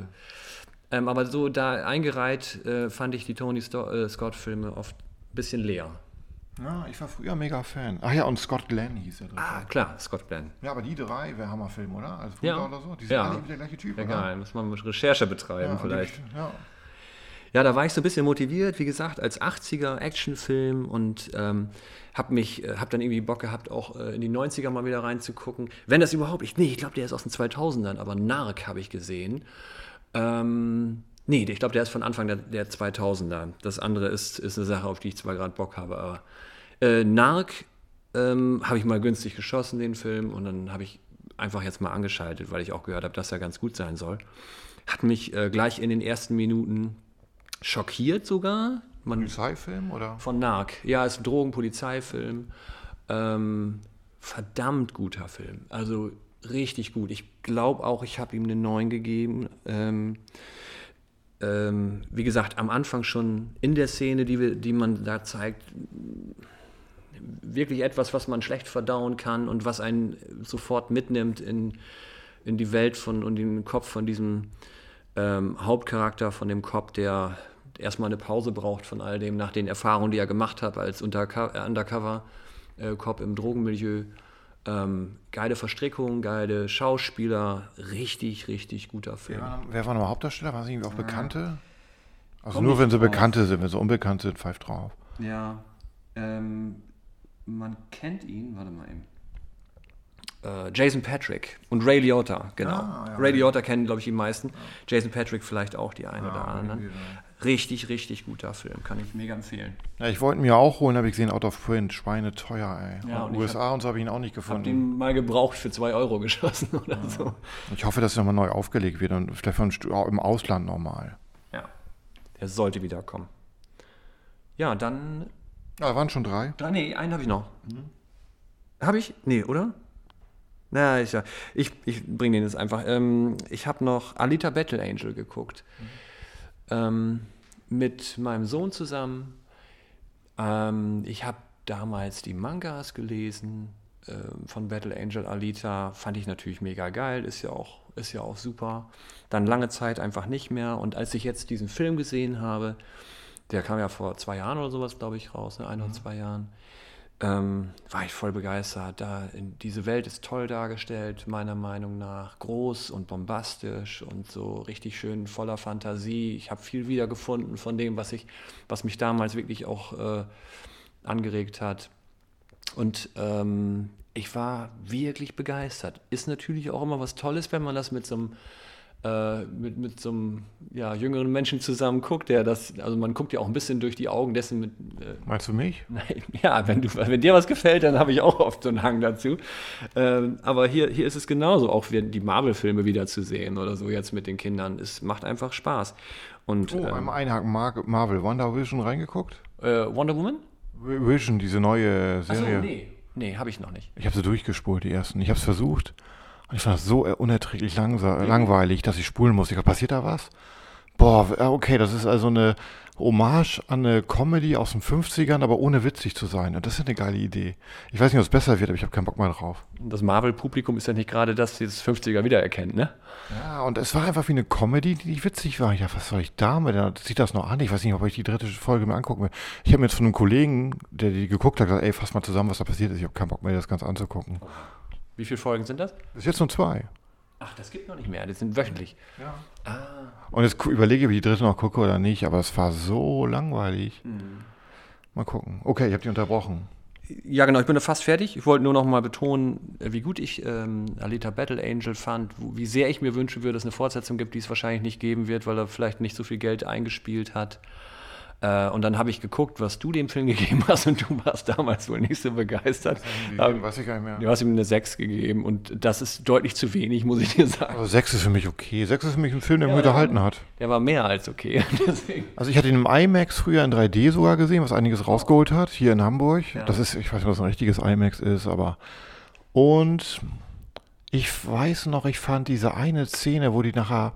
Aber so da eingereiht fand ich die Tony Scott-Filme oft ein bisschen leer. Ja, ich war früher mega Fan. Ach ja, und Scott Glenn hieß der dritte. Ah, klar, Scott Glenn. Ja, aber die drei wäre Hammerfilm, oder? Also Ja. Brüder oder so. Die sind alle der gleiche Typ, oder? Egal, muss man Recherche betreiben Ja, vielleicht. Ja. Ja, da war ich so ein bisschen motiviert, wie gesagt, als 80er Actionfilm und hab dann irgendwie Bock gehabt, auch in die 90er mal wieder reinzugucken. Wenn das überhaupt, ich glaube, der ist aus den 2000ern, aber Narc habe ich gesehen. Ich glaube, der ist von Anfang der 2000er. Das andere ist eine Sache, auf die ich zwar gerade Bock habe, aber Narc habe ich mal günstig geschossen, den Film, und dann habe ich einfach jetzt mal angeschaltet, weil ich auch gehört habe, dass er ganz gut sein soll. Hat mich gleich in den ersten Minuten schockiert sogar. Polizeifilm, oder? Von Narc. Ja, ist ein Drogen-Polizeifilm. Verdammt guter Film. Also richtig gut. Ich glaube auch, ich habe ihm eine 9 gegeben. Wie gesagt, am Anfang schon in der Szene, die man da zeigt, wirklich etwas, was man schlecht verdauen kann und was einen sofort mitnimmt in die Welt und in den Kopf von diesem Hauptcharakter, von dem Cop, der erstmal eine Pause braucht von all dem, nach den Erfahrungen, die er gemacht hat als Undercover-Cop im Drogenmilieu. Geile Verstrickung, geile Schauspieler, richtig, richtig guter Film. Wer war nochmal Hauptdarsteller? War es irgendwie auch Bekannte? Also Komm nur nicht wenn sie drauf. Bekannte sind, wenn sie unbekannt sind, pfeift drauf. Ja, man kennt ihn, warte mal eben. Jason Patrick und Ray Liotta, genau. Ja, Ray Liotta kennen, glaube ich, die meisten. Jason Patrick vielleicht auch die eine oder anderen. Richtig, richtig guter Film, kann ich mega empfehlen. Ja, ich wollte ihn mir auch holen, habe ich gesehen, Out of Print, schweineteuer, ey. Ja, und USA und so habe ich ihn auch nicht Ich habe gefunden. den mal gebraucht für 2 Euro geschossen oder so. Ich hoffe, dass er nochmal neu aufgelegt wird und vielleicht auch im Ausland nochmal. Ja, der sollte wieder kommen. Ja, dann... Ja, da waren schon 3. Nee, einen habe ich noch. Habe ich? Nee, oder? Na, ich bringe den jetzt einfach. Ich habe noch Alita Battle Angel geguckt. Mit meinem Sohn zusammen. Ich habe damals die Mangas gelesen von Battle Angel Alita. Fand ich natürlich mega geil. Ist ja auch super. Dann lange Zeit einfach nicht mehr. Und als ich jetzt diesen Film gesehen habe, der kam ja vor 2 Jahren oder sowas, glaube ich, raus, ne? 1 oder 2 Jahren. War ich voll begeistert. Diese Welt ist toll dargestellt, meiner Meinung nach. Groß und bombastisch und so richtig schön voller Fantasie. Ich habe viel wiedergefunden von dem, was mich damals wirklich auch angeregt hat. Und ich war wirklich begeistert. Ist natürlich auch immer was Tolles, wenn man das mit so einem jüngeren Menschen zusammen guckt, also man guckt ja auch ein bisschen durch die Augen dessen mit. Meinst du mich? Nein, ja, wenn dir was gefällt, dann habe ich auch oft so einen Hang dazu. Aber hier ist es genauso, auch die Marvel-Filme wieder zu sehen oder so jetzt mit den Kindern. Es macht einfach Spaß. Und, einmal einhaken, Marvel, Wonder Vision reingeguckt? Wonder Woman? Vision, diese neue Serie. Achso, nee, habe ich noch nicht. Ich habe sie durchgespult, die ersten. Ich habe es versucht. Und ich fand das so unerträglich langweilig, dass ich spulen musste. Passiert da was? Boah, okay, das ist also eine Hommage an eine Comedy aus den 50ern, aber ohne witzig zu sein. Und das ist eine geile Idee. Ich weiß nicht, ob es besser wird, aber ich habe keinen Bock mehr drauf. Das Marvel-Publikum ist ja nicht gerade das 50er wiedererkennt, ne? Ja, und es war einfach wie eine Comedy, die nicht witzig war. Ja, was soll ich damit? Dann zieht das noch an. Ich weiß nicht, ob ich die 3. Folge mir angucken will. Ich habe mir jetzt von einem Kollegen, der die geguckt hat, gesagt, ey, fass mal zusammen, was da passiert ist. Ich habe keinen Bock mehr, das Ganze anzugucken. Wie viele Folgen sind das? Bis jetzt nur 2. Ach, das gibt noch nicht mehr. Das sind wöchentlich. Ja. Und jetzt überlege, ob ich die 3. noch gucke oder nicht, aber es war so langweilig. Mal gucken. Okay, ich habe die unterbrochen. Ja, genau, ich bin da fast fertig. Ich wollte nur noch mal betonen, wie gut ich Alita Battle Angel fand, wie sehr ich mir wünschen würde, dass es eine Fortsetzung gibt, die es wahrscheinlich nicht geben wird, weil er vielleicht nicht so viel Geld eingespielt hat. Und dann habe ich geguckt, was du dem Film gegeben hast, und du warst damals wohl nicht so begeistert. Weiß ich gar nicht mehr. Du hast ihm eine 6 gegeben und das ist deutlich zu wenig, muss ich dir sagen. Aber 6 ist für mich okay. 6 ist für mich ein Film, der mich unterhalten hat. Der war mehr als okay. Deswegen. Also ich hatte ihn im IMAX früher in 3D sogar gesehen, was einiges rausgeholt hat, hier in Hamburg. Ja. Das ist, ich weiß nicht, was ein richtiges IMAX ist, aber... Und ich weiß noch, ich fand diese eine Szene, wo die nachher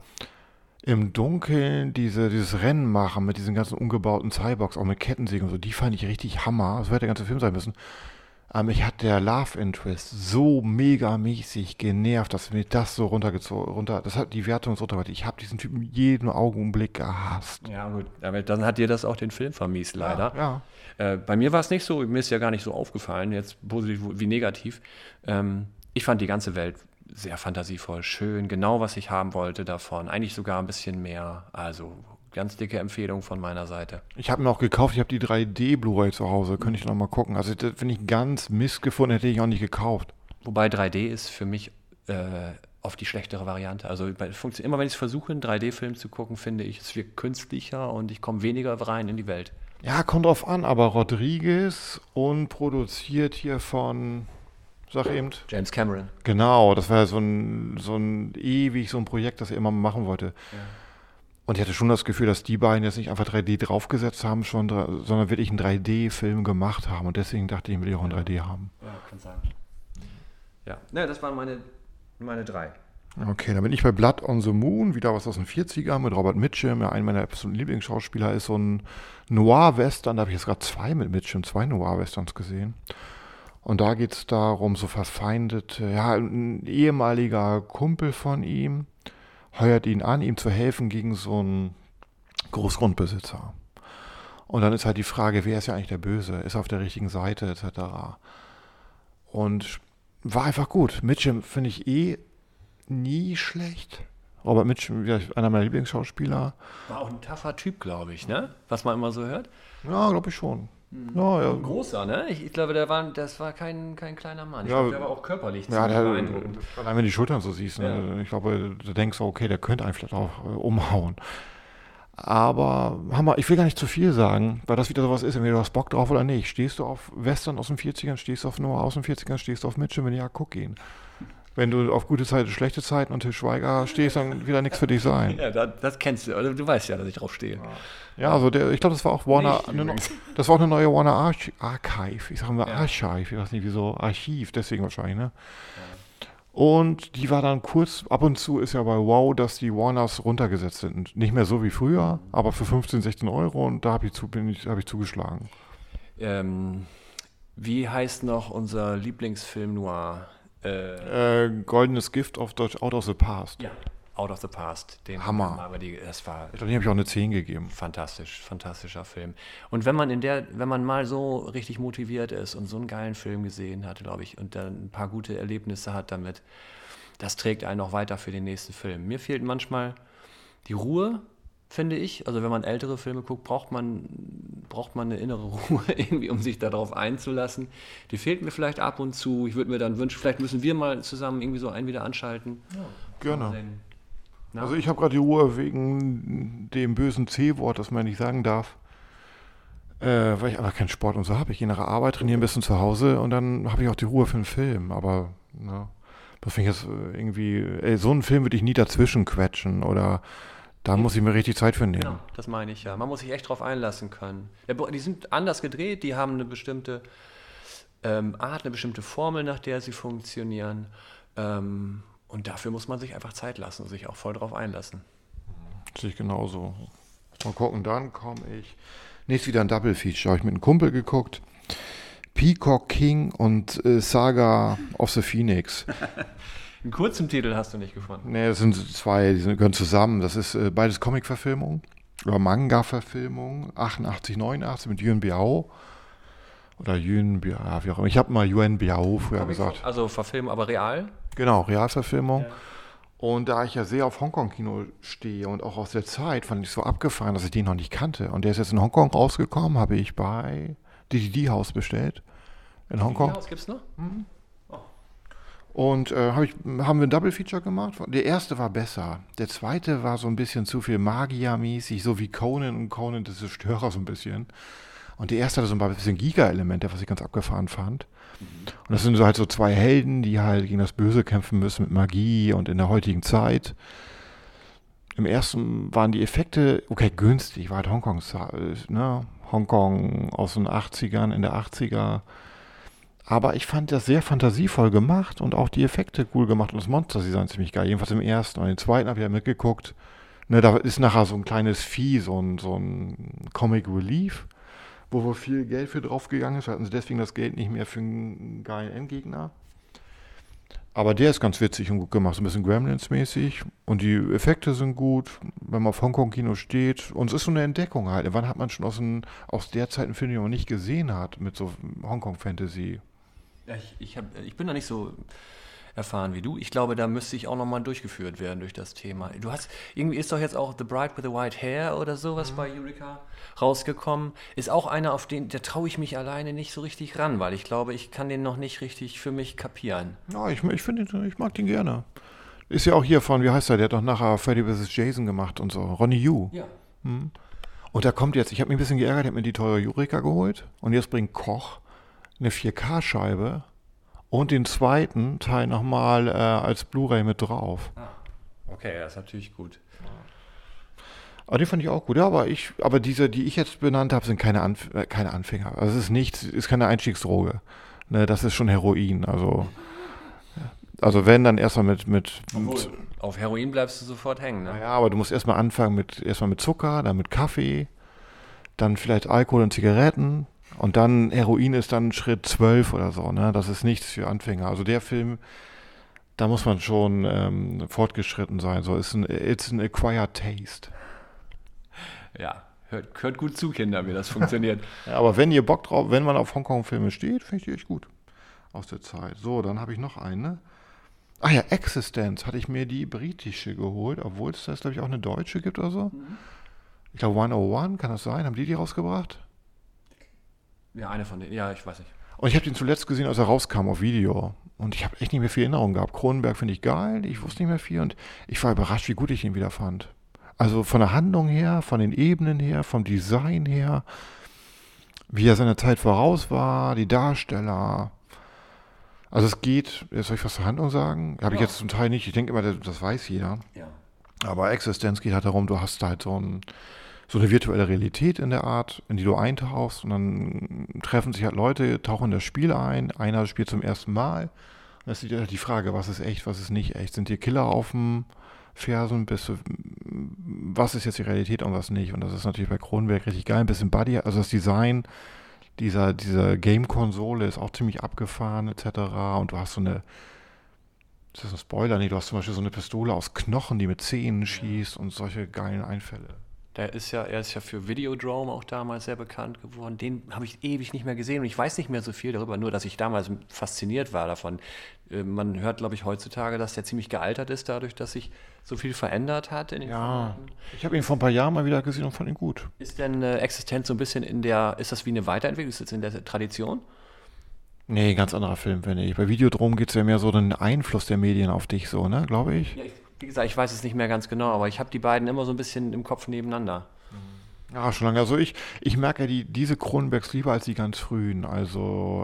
im Dunkeln dieses Rennen machen mit diesen ganzen umgebauten Cyborgs, auch mit Kettensägen und so, die fand ich richtig Hammer. Das hätte der ganze Film sein müssen. Mich hat der Love Interest so megamäßig genervt, dass mir das so das hat die Wertung so runtergebracht. Ich habe diesen Typen jeden Augenblick gehasst. Ja gut, aber dann hat dir das auch den Film vermiest, leider. Ja. Bei mir war es nicht so, mir ist ja gar nicht so aufgefallen, jetzt positiv wie negativ. Ich fand die ganze Welt sehr fantasievoll, schön, genau was ich haben wollte davon. Eigentlich sogar ein bisschen mehr. Also ganz dicke Empfehlung von meiner Seite. Ich habe mir auch gekauft, ich habe die 3D Blu-ray zu Hause, könnte ich noch mal gucken. Also wenn ich ganz Mist gefunden hätte, ich auch nicht gekauft. Wobei 3D ist für mich oft die schlechtere Variante. Also immer wenn ich es versuche, einen 3D-Film zu gucken, finde ich, es wird künstlicher und ich komme weniger rein in die Welt. Ja, kommt drauf an, aber Rodriguez und produziert hier von... Sag eben. James Cameron. Genau, das war ja so ein Projekt, das er immer machen wollte. Ja. Und ich hatte schon das Gefühl, dass die beiden jetzt nicht einfach 3D draufgesetzt haben, sondern wirklich einen 3D-Film gemacht haben. Und deswegen dachte ich, will ich auch einen 3D haben. Ja, kann sein. Ja, das waren meine 3. Okay, dann bin ich bei Blood on the Moon, wieder was aus den 40ern mit Robert Mitchum, ja, einer meiner absoluten Lieblingsschauspieler, ist so ein Noir-Western. Da habe ich jetzt gerade 2 mit Mitchum, 2 Noir-Westerns gesehen. Und da geht es darum, so verfeindet, ein ehemaliger Kumpel von ihm heuert ihn an, ihm zu helfen gegen so einen Großgrundbesitzer. Und dann ist halt die Frage, wer ist ja eigentlich der Böse? Ist er auf der richtigen Seite, etc. Und war einfach gut. Mitchum finde ich nie schlecht. Robert Mitchum, einer meiner Lieblingsschauspieler. War auch ein tougher Typ, glaube ich, ne? Was man immer so hört. Ja, glaube ich schon. Ja, ja. Ein großer, ne? Ich glaube, das war kein kleiner Mann. Ich Ja, glaube, der war auch körperlich Ja, ziemlich beeindruckend. allein wenn du die Schultern so siehst, ne? Ich glaube, du denkst, okay, der könnte einen vielleicht auch umhauen. Aber Hammer, ich will gar nicht zu viel sagen, weil das wieder sowas ist, entweder du hast Bock drauf oder nicht. Stehst du auf Western aus den 40ern, stehst du auf Noah aus den 40ern, stehst du auf Mitchell, wenn ja, guck ihn. Wenn du auf gute Zeiten, schlechte Zeiten und Til Schweiger stehst, dann wieder nichts für dich sein. Ja, das kennst du, oder? Du weißt ja, dass ich drauf stehe. Ja, also ich glaube, das war auch Warner, Nicht übrigens. das war auch eine neue Warner Archive. Ich sage mal Ja. Archive, ich weiß nicht wieso, Archiv, deswegen wahrscheinlich, ne? Und die war dann kurz, ab und zu ist ja bei Wow, dass die Warners runtergesetzt sind. Nicht mehr so wie früher, aber für 15, 16 Euro und da habe hab ich zugeschlagen. Wie heißt noch unser Lieblingsfilm noir? Goldenes Gift auf Deutsch, Out of the Past. Ja. Out of the Past. Hammer. Aber das war Ich glaube, dem habe ich auch eine 10 gegeben. fantastischer Film. Und wenn man mal so richtig motiviert ist und so einen geilen Film gesehen hat, glaube ich, und dann ein paar gute Erlebnisse hat damit, das trägt einen auch weiter für den nächsten Film. Mir fehlt manchmal die Ruhe, finde ich. Also wenn man ältere Filme guckt, braucht man eine innere Ruhe irgendwie, um sich darauf einzulassen. Die fehlt mir vielleicht ab und zu. Ich würde mir dann wünschen, vielleicht müssen wir mal zusammen irgendwie so einen wieder anschalten. Gerne. Na? Also ich habe gerade die Ruhe wegen dem bösen C-Wort, das man nicht sagen darf. Weil ich aber keinen Sport und so habe. Ich gehe nach der Arbeit, trainiere ein bisschen zu Hause und dann habe ich auch die Ruhe für einen Film. Aber das finde ich jetzt irgendwie, so einen Film würde ich nie dazwischen quetschen oder da muss ich mir richtig Zeit für nehmen. Ja, das meine ich ja. Man muss sich echt drauf einlassen können. Ja, die sind anders gedreht, die haben eine bestimmte Art, eine bestimmte Formel, nach der sie funktionieren. Und dafür muss man sich einfach Zeit lassen und sich auch voll drauf einlassen. Sehe ich genauso. Mal gucken, dann komme ich. Nächstes wieder ein Double Feature. Habe ich mit einem Kumpel geguckt. Peacock King und Saga of the Phoenix. Einen kurzen Titel hast du nicht gefunden. Nee, das sind zwei, gehören zusammen. Das ist beides Comic-Verfilmung oder Manga-Verfilmung. 88, 89 mit Yuen Biao. Oder Yuen Biao, wie auch immer. Ich habe mal Yuen Biao früher gesagt. Also verfilmen, aber real? Genau, Realverfilmung. Ja. Und da ich ja sehr auf Hongkong-Kino stehe und auch aus der Zeit, fand ich so abgefahren, dass ich den noch nicht kannte. Und der ist jetzt in Hongkong rausgekommen, habe ich bei DDD-Haus bestellt. In Hongkong. Was gibt's noch? Und haben wir ein Double Feature gemacht. Der erste war besser. Der zweite war so ein bisschen zu viel Magier-mäßig, so wie Conan und Conan der Zerstörer so ein bisschen. Und der erste hatte so ein bisschen Giga-Elemente, was ich ganz abgefahren fand. Und das sind so halt so zwei Helden, die halt gegen das Böse kämpfen müssen mit Magie und in der heutigen Zeit. Im ersten waren die Effekte, okay, günstig, war halt Hongkong, ne? Hongkong aus den 80ern, in der 80er. Aber ich fand das sehr fantasievoll gemacht und auch die Effekte cool gemacht und das Monster-Design ziemlich geil. Jedenfalls im ersten. Und den zweiten habe ich ja mitgeguckt. Ne, da ist nachher so ein kleines Vieh, so ein Comic Relief, wo wohl viel Geld für draufgegangen ist. Hatten sie deswegen das Geld nicht mehr für einen geilen Endgegner. Aber der ist ganz witzig und gut gemacht. So ein bisschen Gremlins-mäßig. Und die Effekte sind gut, wenn man auf Hongkong-Kino steht. Und es ist so eine Entdeckung halt. Wann hat man schon aus der Zeit einen Film, den man nicht gesehen hat, mit so Hongkong-Fantasy? Ja, ich bin da nicht so erfahren wie du. Ich glaube, da müsste ich auch nochmal durchgeführt werden durch das Thema. Irgendwie ist doch jetzt auch The Bride with the White Hair oder sowas bei Eureka rausgekommen. Ist auch einer, auf den, da traue ich mich alleine nicht so richtig ran, weil ich glaube, ich kann den noch nicht richtig für mich kapieren. Ja, ich mag den gerne. Ist ja auch hier von, wie heißt er, der hat doch nachher Freddy vs. Jason gemacht und so. Ronnie Yu. Ja. Und da kommt jetzt, ich habe mich ein bisschen geärgert, ich habe mir die teure Eureka geholt. Und jetzt bringt Koch eine 4K-Scheibe und den zweiten Teil nochmal als Blu-ray mit drauf. Okay, das ist natürlich gut. Aber den fand ich auch gut. Ja, aber diese, die ich jetzt benannt habe, sind keine Anfänger. Also es ist nichts, ist keine Einstiegsdroge. Ne, das ist schon Heroin. Also wenn, dann erstmal mit Auf Heroin bleibst du sofort hängen, ne? naja, aber du musst erstmal anfangen mit Zucker, dann mit Kaffee, dann vielleicht Alkohol und Zigaretten und dann Heroin ist dann Schritt 12 oder so, ne? Das ist nichts für Anfänger. Also der Film, da muss man schon fortgeschritten sein. So it's an acquired taste. Ja, hört gut zu, Kinder, wie das funktioniert. Ja, aber wenn ihr Bock drauf, wenn man auf Hongkong-Filme steht, finde ich die echt gut. Aus der Zeit. So, dann habe ich noch eine. Ach ja, Existence hatte ich mir die britische geholt, obwohl es das, glaube ich, auch eine deutsche gibt oder so. Ich glaube 101, kann das sein? Haben die rausgebracht? Ja, eine von denen. Ja, ich weiß nicht. Und ich habe den zuletzt gesehen, als er rauskam auf Video. Und ich habe echt nicht mehr viel Erinnerung gehabt. Cronenberg finde ich geil, ich wusste nicht mehr viel und ich war überrascht, wie gut ich ihn wieder fand. Also von der Handlung her, von den Ebenen her, vom Design her, wie er seiner Zeit voraus war, die Darsteller. Also es geht, soll ich was zur Handlung sagen? Habe ich Ja. jetzt zum Teil nicht, ich denke immer, das weiß jeder. Ja. Aber Existenz geht halt darum, du hast halt so eine virtuelle Realität in der Art, in die du eintauchst und dann treffen sich halt Leute, tauchen in das Spiel ein, einer spielt zum ersten Mal. Und das ist halt die Frage, was ist echt, was ist nicht echt? Sind hier Killer auf dem Fersen? Was ist jetzt die Realität und was nicht? Und das ist natürlich bei Cronenberg richtig geil, ein bisschen Buddy, also das Design dieser Game-Konsole ist auch ziemlich abgefahren etc. Und du hast so eine, ist das ein Spoiler? Nee, du hast zum Beispiel so eine Pistole aus Knochen, die mit Zähnen schießt und solche geilen Einfälle. Er ist ja für Videodrome auch damals sehr bekannt geworden. Den habe ich ewig nicht mehr gesehen und ich weiß nicht mehr so viel darüber, nur dass ich damals fasziniert war davon. Man hört, glaube ich, heutzutage, dass der ziemlich gealtert ist, dadurch, dass sich so viel verändert hat in den Ja, Formaten. ich habe ihn vor ein paar Jahren mal wieder gesehen und fand ihn gut. Ist denn Existenz so ein bisschen ist das wie eine Weiterentwicklung? Ist das in der Tradition? Nee, ganz anderer Film, finde ich. Bei Videodrom geht es ja mehr so den Einfluss der Medien auf dich, so, ne, glaube ich. Ja, wie gesagt, ich weiß es nicht mehr ganz genau, aber ich habe die beiden immer so ein bisschen im Kopf nebeneinander. Ja, schon lange. Also ich merke ja diese Cronenbergs lieber als die ganz frühen. Also,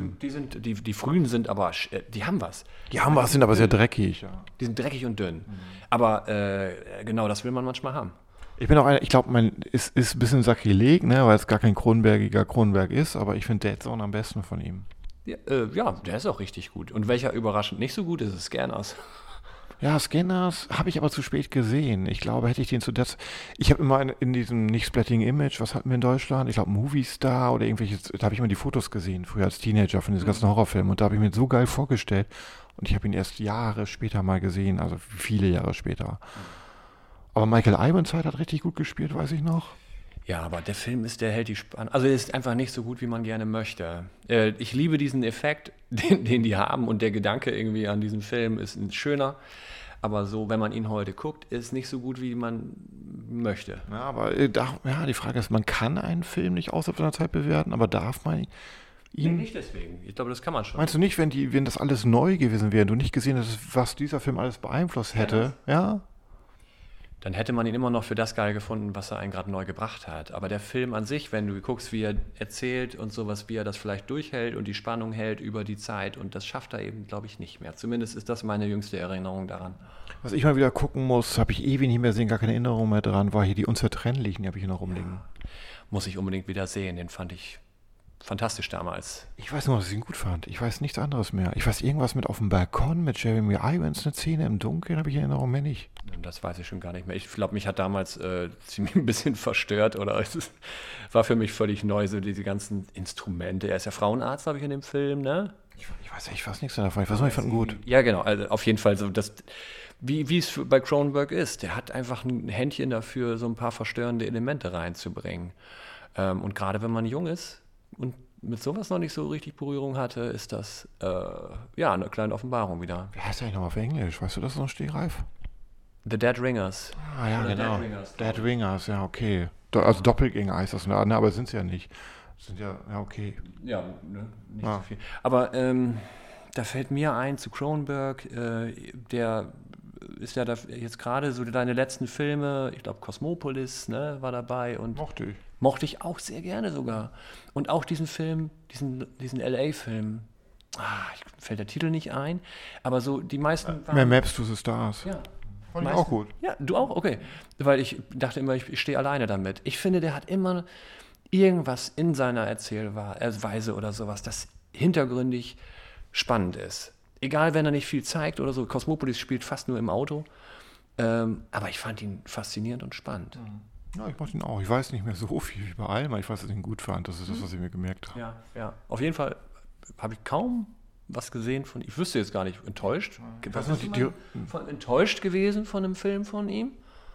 Die frühen sind aber, die haben was. die haben was, sind aber sehr dreckig. Ja. Die sind dreckig und dünn. Aber genau, das will man manchmal haben. Ich bin auch einer, ich glaube, ist ein bisschen Sakrileg, ne, weil es gar kein Cronenbergiger Cronenberg ist, aber ich finde Dead Zone am besten von ihm. Ja, ja, der ist auch richtig gut. Und welcher überraschend nicht so gut ist, ist Scanners. Ja, Scanners habe ich aber zu spät gesehen. Ich glaube, hätte ich den ich habe immer in diesem nicht Splatting Image, was hatten wir in Deutschland? Ich glaube, Movie Star oder irgendwelches, da habe ich immer die Fotos gesehen, früher als Teenager von diesen ganzen Horrorfilmen. Und da habe ich mir so geil vorgestellt. Und ich habe ihn erst Jahre später mal gesehen, also viele Jahre später. Aber Michael Ironside hat richtig gut gespielt, weiß ich noch. Ja, aber der Film der hält die Spannung. Also er ist einfach nicht so gut, wie man gerne möchte. Ich liebe diesen Effekt, den die haben und der Gedanke irgendwie an diesem Film ist ein schöner. Aber so, wenn man ihn heute guckt, ist nicht so gut, wie man möchte. Ja, aber die Frage ist, man kann einen Film nicht außerhalb seiner Zeit bewerten, aber darf man ihn? Nicht deswegen. Ich glaube, das kann man schon. Meinst du nicht, wenn das alles neu gewesen wäre, du nicht gesehen hättest, was dieser Film alles beeinflusst hätte? Ja? Dann hätte man ihn immer noch für das geil gefunden, was er einen gerade neu gebracht hat. Aber der Film an sich, wenn du guckst, wie er erzählt und sowas, wie er das vielleicht durchhält und die Spannung hält über die Zeit, und das schafft er eben, glaube ich, nicht mehr. Zumindest ist das meine jüngste Erinnerung daran. Was ich mal wieder gucken muss, habe ich ewig nicht mehr gesehen, gar keine Erinnerung mehr dran, war hier die Unzertrennlichen, die habe ich hier noch rumliegen. Muss ich unbedingt wieder sehen, den fand ich fantastisch damals. Ich weiß nur, dass ich ihn gut fand. Ich weiß nichts anderes mehr. Ich weiß irgendwas mit auf dem Balkon mit Jeremy Irons, eine Szene im Dunkeln, habe ich in Erinnerung mehr nicht. Das weiß ich schon gar nicht mehr. Ich glaube, mich hat damals ziemlich ein bisschen verstört oder war für mich völlig neu, so diese ganzen Instrumente. Er ist ja Frauenarzt, glaube ich, in dem Film, ne? Ich weiß nichts davon. Ich weiß nur, ich fand ihn gut. Ja, genau. Also auf jeden Fall so, wie es bei Cronenberg ist. Der hat einfach ein Händchen dafür, so ein paar verstörende Elemente reinzubringen. Und gerade wenn man jung ist und mit sowas noch nicht so richtig Berührung hatte, ist das eine kleine Offenbarung wieder. Wie heißt der eigentlich nochmal auf Englisch? Weißt du das noch, Stehreif? The Dead Ringers. Ah ja, Oder genau. Dead Ringers. Dead Ringers, ja, okay. Also Doppelgänger heißt das, ne? Aber sind sie ja nicht. Sind ja okay. Ja, ne, nicht Ah. so viel. Aber da fällt mir ein zu Cronenberg, der ist ja da jetzt gerade so deine letzten Filme, ich glaube Cosmopolis, ne, war dabei und Mochte ich. mochte ich auch sehr gerne sogar. Und auch diesen Film, diesen LA-Film, fällt der Titel nicht ein, aber so die meisten Mehr Maps to the Stars. ja, Fand ich auch gut. ja, du auch? Okay. Weil ich dachte immer, ich stehe alleine damit. Ich finde, der hat immer irgendwas in seiner Erzählweise oder sowas, das hintergründig spannend ist. Egal, wenn er nicht viel zeigt oder so. Cosmopolis spielt fast nur im Auto. Aber ich fand ihn faszinierend und spannend. Ja, ich mochte ihn auch. Ich weiß nicht mehr so viel wie bei allem, aber ich weiß, dass ich ihn gut fand. Das ist das, was ich mir gemerkt habe. Ja, ja. Auf jeden Fall habe ich kaum was gesehen von ihm. Ich wüsste jetzt gar nicht, enttäuscht. Was Bist noch du mal enttäuscht gewesen von einem Film von ihm?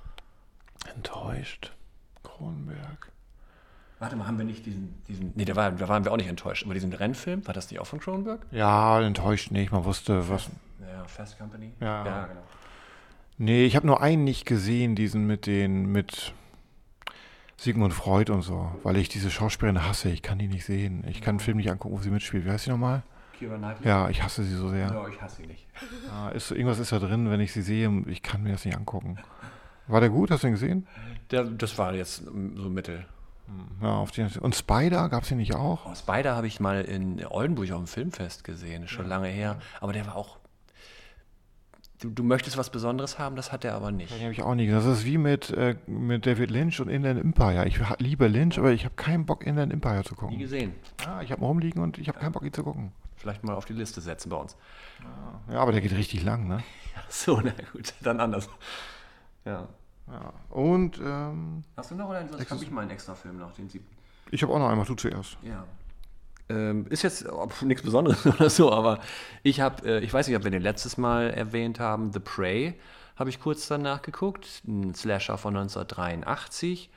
Enttäuscht. Cronenberg. Warte mal, haben wir nicht diesen nee, da waren wir auch nicht enttäuscht. Aber diesen Rennfilm, war das nicht auch von Cronenberg? Ja, enttäuscht nicht. Man wusste, was. Ja, Fast Company. Ja. Ja, genau. Nee, ich habe nur einen nicht gesehen, diesen Sigmund Freud und so, weil ich diese Schauspielerin hasse. Ich kann die nicht sehen. Ich kann einen Film nicht angucken, wo sie mitspielt. Wie heißt sie nochmal? Keira Knightley? Ja, ich hasse sie so sehr. Ja, ich hasse sie nicht. Ja, irgendwas ist da drin, wenn ich sie sehe, ich kann mir das nicht angucken. War der gut? Hast du ihn gesehen? Das war jetzt so mittel. Ja, und Spider, gab es den nicht auch? Oh, Spider habe ich mal in Oldenburg auf dem Filmfest gesehen, ist schon lange her. Aber der war auch. Du möchtest was Besonderes haben, das hat er aber nicht. Den habe ich auch nie gesehen. Das ist wie mit David Lynch und Inland Empire. Ich liebe Lynch, aber ich habe keinen Bock, Inland Empire zu gucken. Nie gesehen. Ja, ich habe ihn rumliegen und ich habe keinen Bock, ihn zu gucken. Vielleicht mal auf die Liste setzen bei uns. Ja, aber der geht richtig lang, ne? So, na gut, dann anders. Ja. Ja. Und Hast du noch oder sonst habe ich mal einen extra Film noch, den 7. ich habe auch noch einmal, du zuerst. Ja. Ist jetzt nichts Besonderes oder so, aber ich weiß nicht, ob wir den letztes Mal erwähnt haben, The Prey, habe ich kurz danach geguckt, ein Slasher von 1983,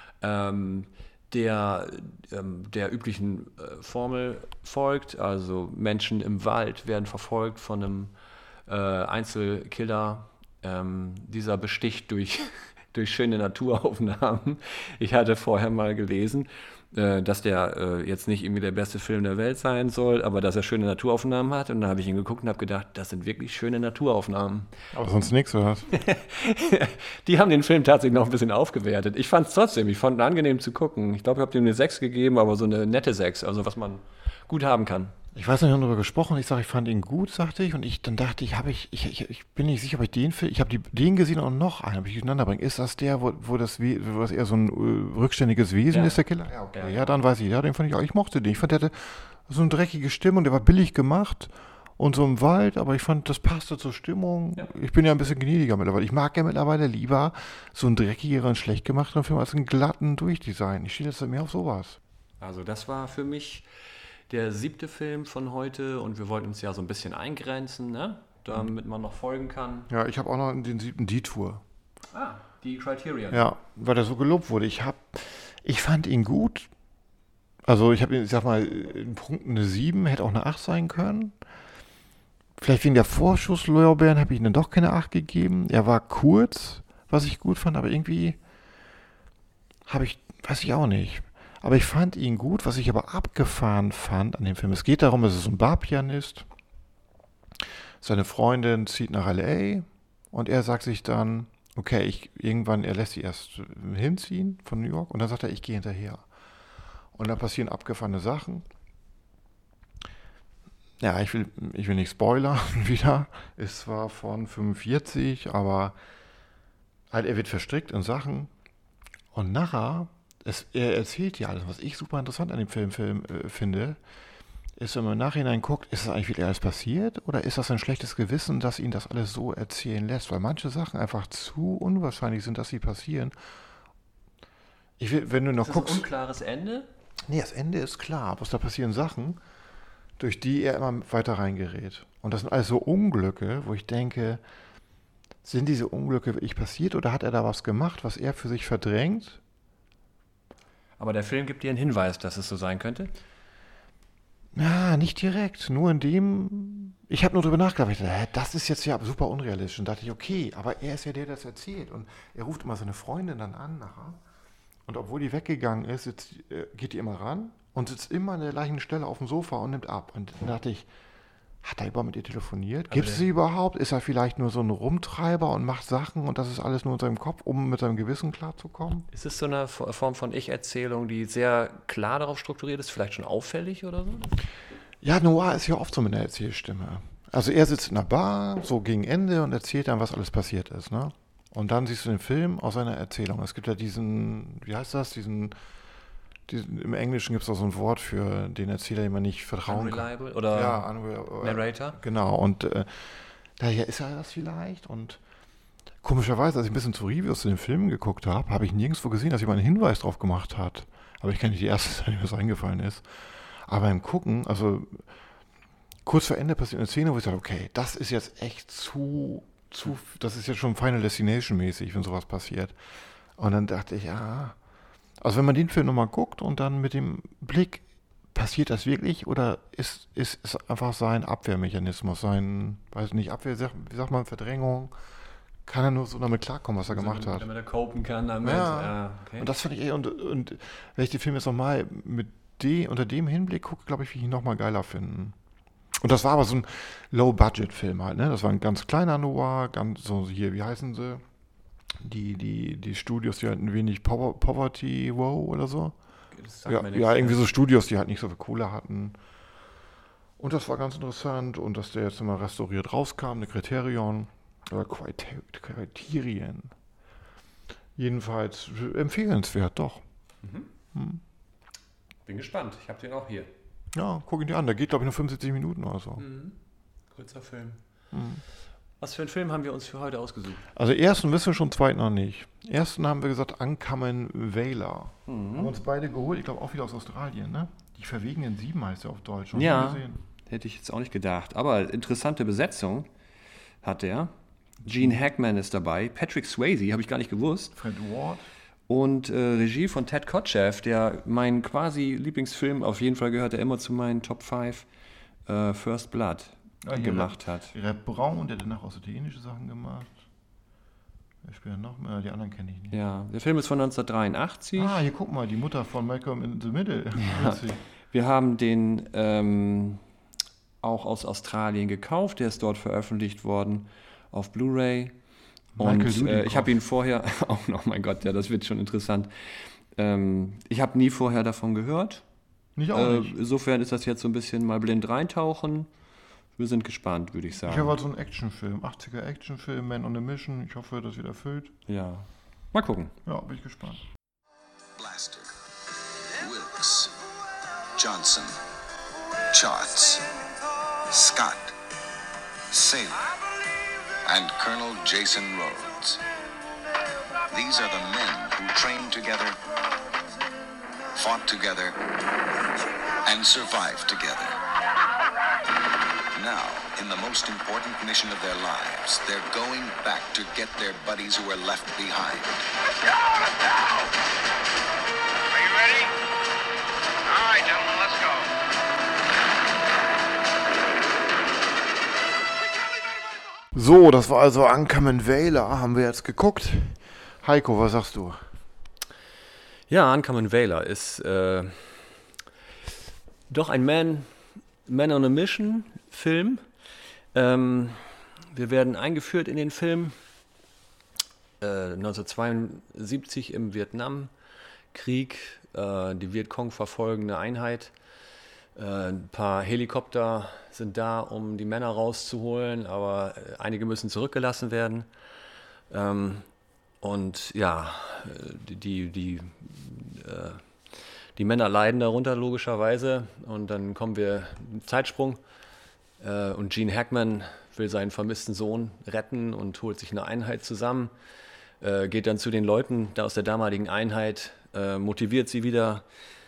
der üblichen Formel folgt, also Menschen im Wald werden verfolgt von einem Einzelkiller, dieser besticht durch schöne Naturaufnahmen. Ich hatte vorher mal gelesen, dass der jetzt nicht irgendwie der beste Film der Welt sein soll, aber dass er schöne Naturaufnahmen hat. Und dann habe ich ihn geguckt und habe gedacht, das sind wirklich schöne Naturaufnahmen. Aber sonst nichts, oder was? Die haben den Film tatsächlich noch ein bisschen aufgewertet. Ich fand ihn angenehm zu gucken. Ich glaube, ich habe dem eine 6 gegeben, aber so eine nette 6, also was man gut haben kann. Ich weiß nicht, wir haben darüber gesprochen. Ich sage, ich fand ihn gut, sagte ich. Und dann dachte ich, ich bin nicht sicher, ob ich den Film, ich habe den gesehen und noch einen, ob ich durcheinander bringe. Ist das der, wo das eher so ein rückständiges Wesen ist, der Killer? Ja, okay. Ja, dann weiß ich. Ja, den fand ich auch. Ich mochte den. Ich fand, der hatte so eine dreckige Stimmung, der war billig gemacht und so im Wald, aber ich fand, das passte zur Stimmung. Ja. Ich bin ja ein bisschen gnädiger mittlerweile. Ich mag ja mittlerweile lieber so einen dreckigeren, schlecht gemachten Film als einen glatten Durchdesign. Ich stehe jetzt mehr auf sowas. Also das war für mich der 7. Film von heute und wir wollten uns ja so ein bisschen eingrenzen, ne? Damit man noch folgen kann. Ja, ich habe auch noch den 7. Detour. Ah, die Criterion. Ja, weil der so gelobt wurde. Ich fand ihn gut. Also ich habe ihn, ich sag mal, in Punkten eine 7, hätte auch eine 8 sein können. Vielleicht wegen der Vorschusslorbeeren habe ich ihm dann doch keine 8 gegeben. Er war kurz, was ich gut fand, aber irgendwie weiß ich auch nicht. Aber ich fand ihn gut, was ich aber abgefahren fand an dem Film. Es geht darum, es ist ein Barpianist. Seine Freundin zieht nach L.A. und er sagt sich dann, okay, er lässt sie erst hinziehen von New York und dann sagt er, ich gehe hinterher. Und dann passieren abgefahrene Sachen. Ja, ich will nicht spoilern wieder. Ist zwar von 45, aber halt, er wird verstrickt in Sachen. Und nachher, er erzählt ja alles, was ich super interessant an dem Film finde, ist, wenn man im Nachhinein guckt, ist das eigentlich wirklich alles passiert oder ist das ein schlechtes Gewissen, dass ihn das alles so erzählen lässt? Weil manche Sachen einfach zu unwahrscheinlich sind, dass sie passieren. Wenn du noch guckst. Ist das ein unklares Ende? Nee, das Ende ist klar, aber da passieren Sachen, durch die er immer weiter reingerät. Und das sind alles so Unglücke, wo ich denke, sind diese Unglücke wirklich passiert oder hat er da was gemacht, was er für sich verdrängt? Aber der Film gibt dir einen Hinweis, dass es so sein könnte? Na, nicht direkt. Nur in dem. Ich habe nur drüber nachgedacht. Ich dachte, das ist jetzt ja super unrealistisch. Und dachte ich, okay, aber er ist ja der das erzählt. Und er ruft immer seine Freundin dann an nachher. Und obwohl die weggegangen ist, geht die immer ran und sitzt immer an der gleichen Stelle auf dem Sofa und nimmt ab. Und dann dachte ich, hat er überhaupt mit ihr telefoniert? Gibt es sie überhaupt? Ist er vielleicht nur so ein Rumtreiber und macht Sachen und das ist alles nur in seinem Kopf, um mit seinem Gewissen klarzukommen? Ist es so eine Form von Ich-Erzählung, die sehr klar darauf strukturiert ist, vielleicht schon auffällig oder so? Ja, Noir ist ja oft so mit einer Erzählstimme. Also er sitzt in einer Bar, so gegen Ende und erzählt dann, was alles passiert ist, ne? Und dann siehst du den Film aus seiner Erzählung. Es gibt ja diesen, wie heißt das, im Englischen gibt es auch so ein Wort für den Erzähler, den man nicht vertrauen kann. Unreliable oder ja, Narrator? Genau, und daher ist er das vielleicht. Und komischerweise, als ich ein bisschen zu Reviews zu den Filmen geguckt habe, habe ich nirgendwo gesehen, dass jemand einen Hinweis drauf gemacht hat. Aber ich kenne nicht die erste Zeit, die mir so eingefallen ist. Aber beim Gucken, also kurz vor Ende passiert eine Szene, wo ich sage, okay, das ist jetzt echt das ist jetzt schon Final Destination mäßig, wenn sowas passiert. Und dann dachte ich, ja, also wenn man den Film nochmal guckt und dann mit dem Blick, passiert das wirklich oder ist es einfach sein Abwehrmechanismus, sein, weiß nicht, wie sagt man, Verdrängung, kann er nur so damit klarkommen, was er gemacht hat. Damit er copen kann damit. Ja. Okay. Und das finde ich und wenn ich den Film jetzt nochmal unter dem Hinblick gucke, glaube ich, wie ich ihn nochmal geiler finden. Und das war aber so ein Low-Budget-Film halt, ne? Das war ein ganz kleiner Noir, ganz so hier, wie heißen sie? Die Studios, die halt ein wenig Poverty Wow oder so. Das sagt Ja, mir nichts. ja, irgendwie so Studios, die halt nicht so viel Kohle hatten. Und das war ganz interessant. Und dass der jetzt immer restauriert rauskam, eine Criterion. Oder Criterion. Jedenfalls empfehlenswert, doch. Bin gespannt. Ich habe den auch hier. Ja, guck ihn dir an. Der geht, glaube ich, nur 75 Minuten oder so. Kurzer Film. Was für einen Film haben wir uns für heute ausgesucht? Also ersten wissen wir schon, zweiten noch nicht. Ersten haben wir gesagt, Uncommon Valor. Haben uns beide geholt, ich glaube auch wieder aus Australien, ne? Die verwegenen Sieben heißt er auf Deutsch. Schon Ja, gesehen. hätte ich jetzt auch nicht gedacht. Aber interessante Besetzung hat er. Gene Hackman ist dabei. Patrick Swayze, habe ich gar nicht gewusst. Fred Ward. Und Regie von Ted Kotcheff, der mein quasi Lieblingsfilm, auf jeden Fall gehört er immer zu meinen Top 5, First Blood gemacht hat. Rap Braun, der danach auch so italienische Sachen gemacht. Wer spielt noch mehr? Die anderen kenne ich nicht. Ja, der Film ist von 1983. Ah, hier guck mal, die Mutter von Malcolm in the Middle. Ja. Wir haben den auch aus Australien gekauft, der ist dort veröffentlicht worden auf Blu-ray. Und ich habe ihn vorher, auch noch, mein Gott, ja, das wird schon interessant. Ich habe nie vorher davon gehört. Nicht auch nicht. Insofern ist das jetzt so ein bisschen mal blind reintauchen. Wir sind gespannt, würde ich sagen. Ich habe halt so einen Actionfilm, 80er Actionfilm, Man on a Mission. Ich hoffe, das wird erfüllt. Ja, mal gucken. Ja, bin ich gespannt. Blaster, Wilkes, Johnson, Charts, Scott, Sailor, and Colonel Jason Rhodes. These are the men who trained together, fought together, and survived together. Now, in the most important mission of their lives, they're going back to get their buddies who were left behind. Are you ready? All right, gentlemen, let's go. So, das war also Uncommon Valor, haben wir jetzt geguckt. Heiko, was sagst du? Ja, Uncommon Valor ist doch ein Man on a Mission Film. Wir werden eingeführt in den Film 1972 im Vietnamkrieg, die Vietcong verfolgende Einheit. Ein paar Helikopter sind da, um die Männer rauszuholen, aber einige müssen zurückgelassen werden. Und ja, die Männer leiden darunter logischerweise. Und dann kommen wir einen Zeitsprung. Und Gene Hackman will seinen vermissten Sohn retten und holt sich eine Einheit zusammen. Geht dann zu den Leuten da aus der damaligen Einheit, motiviert sie wieder,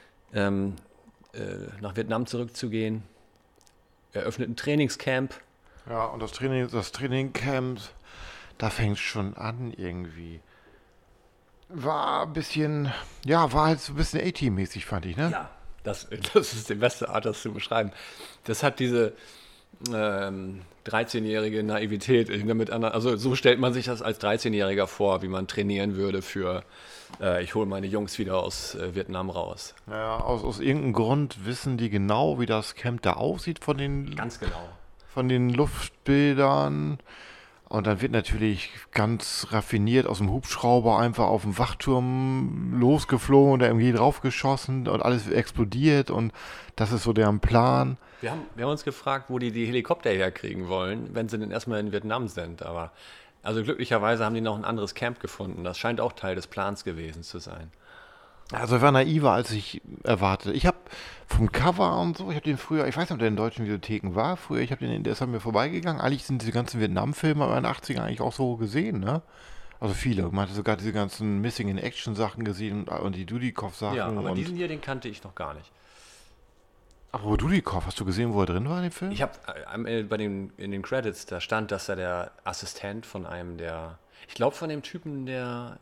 nach Vietnam zurückzugehen. Eröffnet ein Trainingscamp. Ja, und das Trainingcamp, da fängt es schon an irgendwie. War ein bisschen, ja, war halt so ein bisschen A-Team-mäßig, fand ich, ne? Ja, das ist die beste Art, das zu beschreiben. Das hat diese 13-jährige Naivität. Also so stellt man sich das als 13-Jähriger vor, wie man trainieren würde für ich hole meine Jungs wieder aus Vietnam raus. Ja, aus irgendeinem Grund wissen die genau, wie das Camp da aussieht Ganz genau. von den Luftbildern. Und dann wird natürlich ganz raffiniert aus dem Hubschrauber einfach auf den Wachturm losgeflogen und da irgendwie draufgeschossen und alles explodiert und das ist so deren Plan. Wir haben uns gefragt, wo die Helikopter herkriegen wollen, wenn sie denn erstmal in Vietnam sind. Aber also glücklicherweise haben die noch ein anderes Camp gefunden. Das scheint auch Teil des Plans gewesen zu sein. Also er war naiver, als ich erwartete. Ich habe vom Cover und so, ich habe den früher, ich weiß nicht, ob der in deutschen Videotheken war, früher, der ist an mir vorbeigegangen. Eigentlich sind diese ganzen Vietnam-Filme in den 80ern eigentlich auch so gesehen, ne? Also viele. Man hatte sogar diese ganzen Missing-in-Action-Sachen gesehen und die Dudikoff-Sachen. Ja, aber diesen hier, den kannte ich noch gar nicht. Aber Dudikoff, hast du gesehen, wo er drin war in dem Film? Ich habe in den Credits, da stand, dass er der Assistent von einem ich glaube von dem Typen, der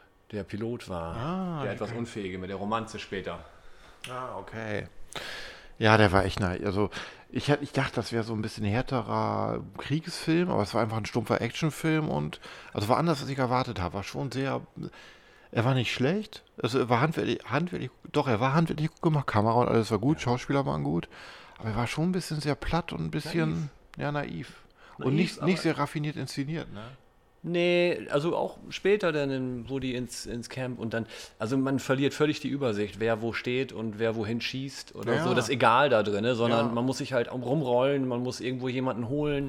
Pilot war. Der etwas Unfähige mit der Romanze später. Ah, okay. Ja, der war echt naiv. Also ich dachte, das wäre so ein bisschen härterer Kriegsfilm, aber es war einfach ein stumpfer Actionfilm und also war anders, als ich erwartet habe. War schon sehr. Er war nicht schlecht. Also er war handwerklich, doch, er war handwerklich gut gemacht. Kamera und alles war gut, Schauspieler waren gut. Aber er war schon ein bisschen sehr platt und ein bisschen, ja, naiv. Und Naiv, nicht aber- sehr raffiniert inszeniert, ne? Nee, also auch später dann, wo die ins Camp und dann, also man verliert völlig die Übersicht, wer wo steht und wer wohin schießt oder Ja. so. Das ist egal da drin, ne? Sondern Ja. man muss sich halt auch rumrollen, man muss irgendwo jemanden holen.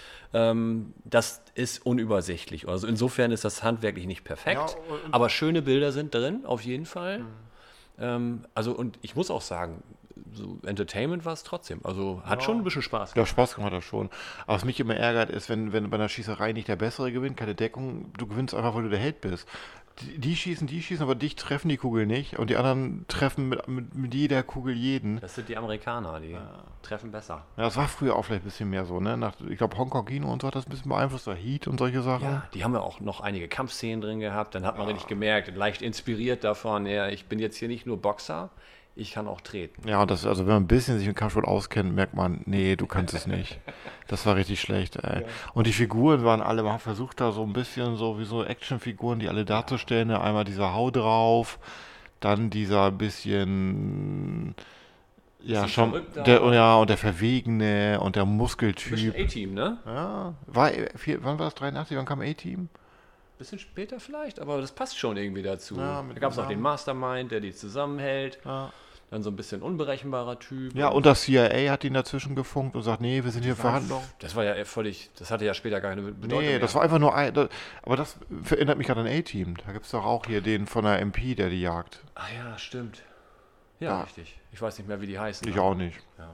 Das ist unübersichtlich. Also insofern ist das handwerklich nicht perfekt, Ja, und- aber schöne Bilder sind drin, auf jeden Fall. Also und ich muss auch sagen, so Entertainment war es trotzdem. Also hat schon ein bisschen Spaß gemacht. Ja, Spaß gemacht das schon. Aber was mich immer ärgert, ist, wenn bei einer Schießerei nicht der Bessere gewinnt, keine Deckung, du gewinnst einfach, weil du der Held bist. Die schießen, aber dich treffen die Kugel nicht und die anderen treffen mit jeder Kugel jeden. Das sind die Amerikaner, die treffen besser. Ja, das war früher auch vielleicht ein bisschen mehr so, ne? Ich glaube, Hongkong-Kino und so hat das ein bisschen beeinflusst, oder Heat und solche Sachen. Ja, die haben ja auch noch einige Kampfszenen drin gehabt. Dann hat man richtig gemerkt, leicht inspiriert davon, ja, ich bin jetzt hier nicht nur Boxer, ich kann auch treten. Ja, und das, also wenn man ein bisschen sich mit Kampfsport auskennt, merkt man, nee, du kannst es nicht. Das war richtig schlecht, ey. Ja. Und die Figuren waren alle, man hat versucht da so ein bisschen so wie so Actionfiguren, die alle darzustellen. Ja. Einmal dieser Hau drauf, dann dieser bisschen, ja, Bisschen schon, verrückter. und der Verwegene und der Bisschen Muskeltyp. A-Team, ne? Ja, wann war das, 83, wann kam A-Team? Bisschen später vielleicht, aber das passt schon irgendwie dazu. Ja, Da mit gab es auch Namen. den Mastermind, der die zusammenhält. Ja. Dann so ein bisschen unberechenbarer Typ. Ja, und das CIA hat ihn dazwischen gefunkt und sagt, nee, wir sind hier in Verhandlungen. Das war ja völlig, das hatte ja später gar keine Bedeutung Nee, mehr. das war einfach nur aber das erinnert mich gerade an A-Team. Da gibt es doch auch hier den von der MP, der die jagt. Ah ja, stimmt. Ja, Ja. richtig. Ich weiß nicht mehr, wie die heißen. Ich auch nicht. Ja.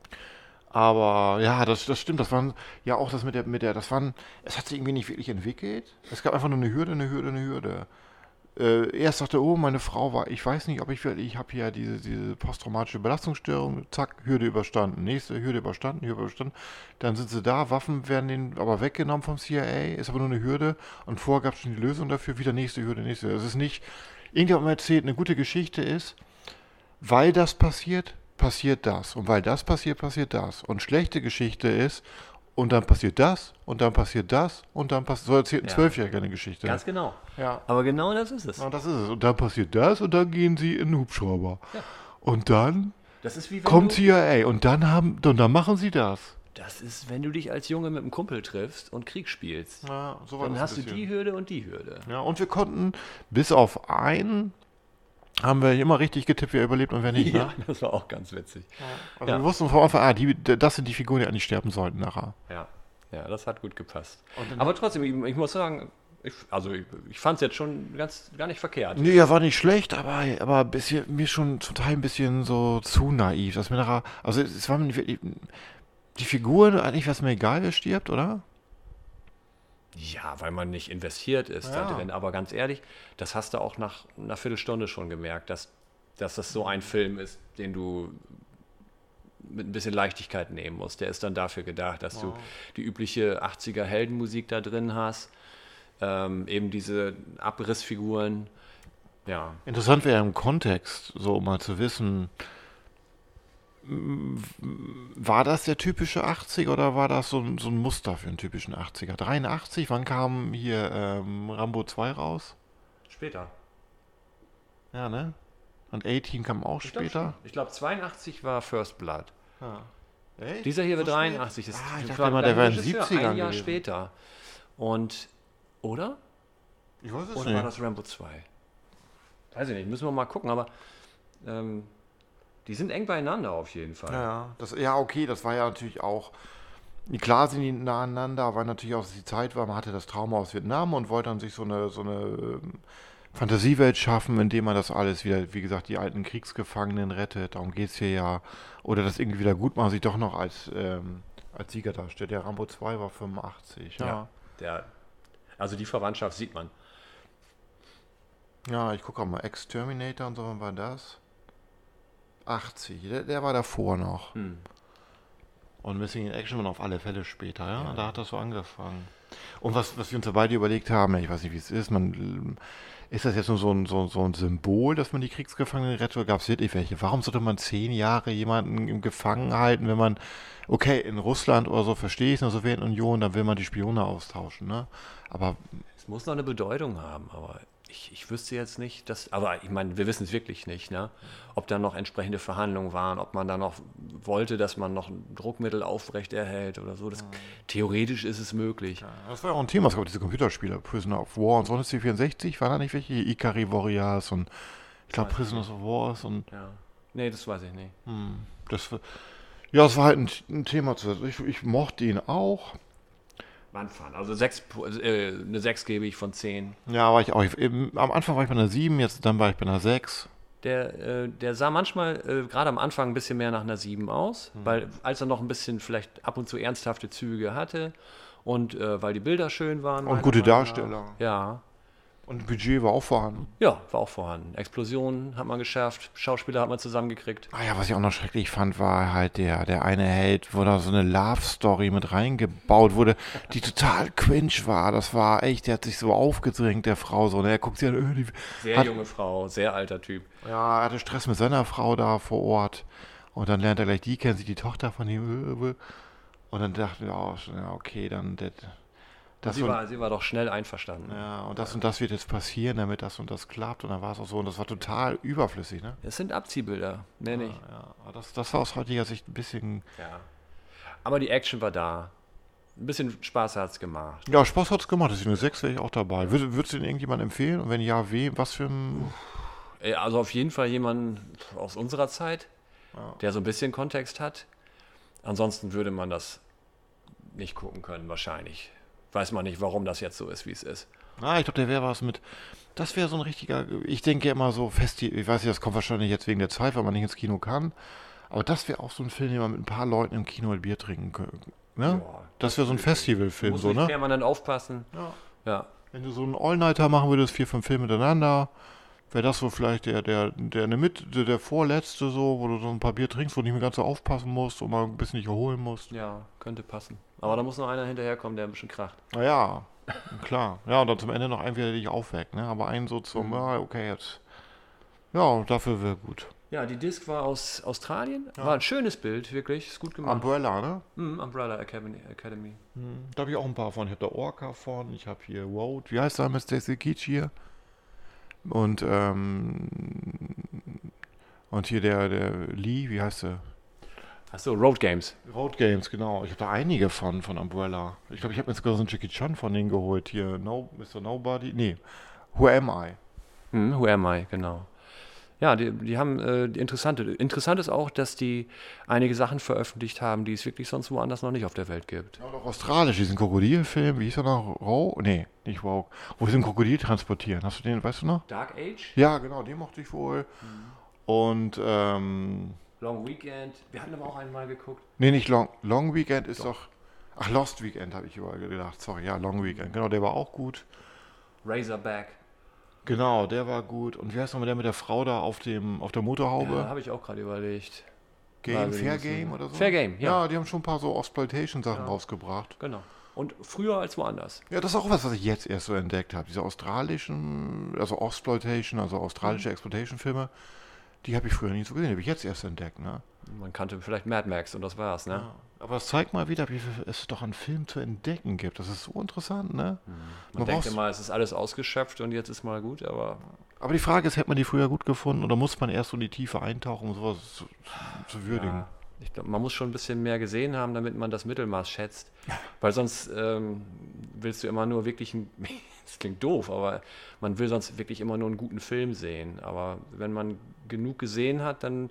Aber ja, das stimmt. Das waren ja auch das das waren, es hat sich irgendwie nicht wirklich entwickelt. Es gab einfach nur eine Hürde. Erst sagte, oh, meine Frau war, ich weiß nicht, ob ich habe hier diese posttraumatische Belastungsstörung, zack, Hürde überstanden. Nächste Hürde überstanden. Dann sind sie da, Waffen werden denen aber weggenommen vom CIA, ist aber nur eine Hürde und vorher gab es schon die Lösung dafür, wieder nächste Hürde. Es ist nicht, irgendjemand hat mir erzählt, eine gute Geschichte ist, weil das passiert das. Und weil das passiert das. Und schlechte Geschichte ist, und dann passiert das, und dann passiert das, und dann passiert, so erzählt ein Ja. Zwölfjähriger eine Geschichte. Ganz genau. Ja. Aber genau das ist es. Ja, das ist es. Und dann passiert das und dann gehen sie in den Hubschrauber. Und dann Das ist wie wenn kommt du, CIA und dann machen sie das. das ist, wenn du dich als Junge mit einem Kumpel triffst und Krieg spielst. Ja, so war Dann das hast ein du bisschen. die Hürde und die Hürde. Ja, und wir konnten bis auf einen haben wir immer richtig getippt, wer überlebt und wer nicht. Ne? das war auch ganz witzig. Also Ja. wir wussten von Anfang an, das sind die Figuren, die eigentlich sterben sollten nachher. Ja, das hat gut gepasst. Aber trotzdem, ich muss sagen, ich fand es jetzt schon gar nicht verkehrt. Nee, er war nicht schlecht, aber ein bisschen, mir schon zum Teil ein bisschen so zu naiv. Dass mir nachher, also es war mir nicht wirklich, die Figuren, eigentlich war es mir egal, wer stirbt, oder? Ja, weil man nicht investiert ist da Ja. drin. Aber ganz ehrlich, das hast du auch nach einer Viertelstunde schon gemerkt, dass das so ein Film ist, den du mit ein bisschen Leichtigkeit nehmen musst. Der ist dann dafür gedacht, dass du die übliche 80er Heldenmusik da drin hast, eben diese Abrissfiguren. Ja, Interessant wäre im Kontext, so mal zu wissen, war das der typische 80er oder war das so ein Muster für einen typischen 80er? 83, wann kam hier Rambo 2 raus? später. Ja, ne? Und A-Team kam auch später. Ich glaube, 82 war First Blood. Echt? Dieser hier So wird spät? 83. Das Ich war dachte immer, der wäre in den Regisseur, 70ern ein Jahr gewesen. später. Und, oder? Ich weiß es Oder war das Rambo 2? Weiß ich nicht, müssen wir mal gucken, aber die sind eng beieinander auf jeden Fall. Ja, okay, das war ja natürlich auch. Klar sind die nah aneinander, weil natürlich auch die Zeit war, man hatte das Trauma aus Vietnam und wollte dann sich so eine Fantasiewelt schaffen, indem man das alles wieder, wie gesagt, die alten Kriegsgefangenen rettet. Darum geht es hier ja. Oder das irgendwie wieder gut machen, sich doch noch als Sieger darstellt. Der Rambo 2 war 85. Ja, Also die Verwandtschaft sieht man. ja, ich gucke auch mal. Exterminator und so, wann war das? 80. Der war davor noch. Und Und Missing in Action war auf alle Fälle später, ja? Da hat das so angefangen. Und was wir uns ja beide überlegt haben, ich weiß nicht, wie es ist, ist das jetzt nur so ein Symbol, dass man die Kriegsgefangenen rettet, oder gab es wirklich welche? Warum sollte man 10 Jahre jemanden im Gefangen halten, wenn man, okay, in Russland oder so, verstehe ich, in der Sowjetunion, dann will man die Spione austauschen, ne? Aber Es muss noch eine Bedeutung haben, aber ich wüsste jetzt nicht, aber ich meine, wir wissen es wirklich nicht, ne? Ob da noch entsprechende Verhandlungen waren, ob man da noch wollte, dass man noch ein Druckmittel aufrecht erhält oder so. Theoretisch ist es möglich. das war ja auch ein Thema, es gab diese Computerspiele, Prisoner of War und so, das C64, waren da nicht welche? Ikari Warriors und ich glaube Prisoners of War und Ja. Nee, das weiß ich nicht. das war, ja, es war halt ein Thema zu ich mochte ihn auch. Wann fahren? Also eine 6 gebe ich von 10. Ja, war ich auch. Am Anfang war ich bei einer 7, dann war ich bei einer 6. Der sah manchmal gerade am Anfang ein bisschen mehr nach einer 7 aus, weil als er noch ein bisschen vielleicht ab und zu ernsthafte Züge hatte und weil die Bilder schön waren. Und meiner gute Meinung nach. Darsteller. Ja. Und Budget war auch vorhanden. Ja, war auch vorhanden. Explosionen hat man geschafft, Schauspieler hat man zusammengekriegt. Ah ja, was ich auch noch schrecklich fand, war halt der eine Held, wo da so eine Love-Story mit reingebaut wurde, die total cringe war. Das war echt, der hat sich so aufgedrängt, der Frau so. Ne? Er guckt sich an, die Sehr junge Frau, sehr alter Typ. Ja, er hatte Stress mit seiner Frau da vor Ort. Und dann lernt er gleich die kennen, sich die Tochter von ihm. Und dann dachte er auch, ja, okay, dann Sie war doch schnell einverstanden. ja, und das wird jetzt passieren, damit das und das klappt. Und dann war es auch so. Und das war total überflüssig, ne? Das sind Abziehbilder, mehr nicht. Ja, aber das war aus heutiger Sicht ein bisschen. Ja. Aber die Action war da. Ein bisschen Spaß hat es gemacht. Ja, Spaß hat's gemacht. Das ist eine 6, wäre ich auch dabei. Würdest du den irgendjemand empfehlen? Und wenn ja, wem? Was für ein. Also auf jeden Fall jemand aus unserer Zeit, der so ein bisschen Kontext hat. Ansonsten würde man das nicht gucken können, wahrscheinlich. Weiß man nicht, warum das jetzt so ist, wie es ist. Ich glaube, der wäre was mit. Das wäre so ein richtiger. Ich denke immer so ich weiß nicht, das kommt wahrscheinlich jetzt wegen der Zeit, weil man nicht ins Kino kann. Aber das wäre auch so ein Film, den man mit ein paar Leuten im Kino ein Bier trinken könnte. Ne? Ja, das wäre so ein Festivalfilm, Muss so, nicht ne? permanent aufpassen. Ja. Wenn du so einen All-Nighter machen würdest, 4, 5 Filme miteinander, wäre das so vielleicht der vorletzte so, wo du so ein paar Bier trinkst, wo du nicht mehr ganz so aufpassen musst und mal ein bisschen dich erholen musst. Ja, könnte passen. Aber da muss noch einer hinterherkommen, der ein bisschen kracht. Naja, klar. Ja, und dann zum Ende noch einen, der dich aufweckt, ne? Aber einen so zum, okay, jetzt. Ja, dafür wäre gut. Ja, die Disc war aus Australien. War ein schönes Bild, wirklich. Ist gut gemacht. Umbrella, ne? Umbrella Academy. Da habe ich auch ein paar von. Ich habe da Orca von, ich habe hier Road, wie heißt der mit Stacy Keach hier? Und hier der Lee, wie heißt der? Achso, Road Games. Road Games, genau. Ich habe da einige von Umbrella. Ich glaube, ich habe mir sogar so einen Jackie Chan von denen geholt. Hier, Mr. Nobody. Nee, Who Am I? Who Am I, genau. Ja, die haben interessant ist auch, dass die einige Sachen veröffentlicht haben, die es wirklich sonst woanders noch nicht auf der Welt gibt. Ja, und auch australisch, diesen Krokodilfilm, wie hieß er noch? Rogue? Nee, nicht Rogue. Wo sie ein Krokodil transportieren. Hast du den, weißt du noch? Dark Age? Ja, genau, den mochte ich wohl. Und, Long Weekend. Wir hatten aber auch einmal geguckt. nee, nicht Long Weekend ist doch. Ach, Lost Weekend habe ich überall gedacht. Sorry, ja, Long Weekend. Genau, der war auch gut. Razorback. Genau, der war gut. Und wie heißt nochmal der mit der Frau da auf der Motorhaube? Ja, habe ich auch gerade überlegt. Fair Game oder so? Fair Game, ja. Ja, die haben schon ein paar so Exploitation-Sachen rausgebracht. Genau. Und früher als woanders. Ja, das ist auch was ich jetzt erst so entdeckt habe. Diese australischen, also Exploitation, also australische Exploitation-Filme, die habe ich früher nie so gesehen. Die habe ich jetzt erst entdeckt, ne? Man kannte vielleicht Mad Max und das war's, ne? Ja. Aber es zeigt mal wieder, wie viel es doch an Filmen zu entdecken gibt. Das ist so interessant, ne? Man denkt immer, es ist alles ausgeschöpft und jetzt ist mal gut, aber Aber die Frage ist, hätte man die früher gut gefunden oder muss man erst so in die Tiefe eintauchen, um sowas zu würdigen? ja, ich glaube, man muss schon ein bisschen mehr gesehen haben, damit man das Mittelmaß schätzt. Weil sonst willst du immer nur wirklich das klingt doof, aber man will sonst wirklich immer nur einen guten Film sehen. Aber wenn man genug gesehen hat, dann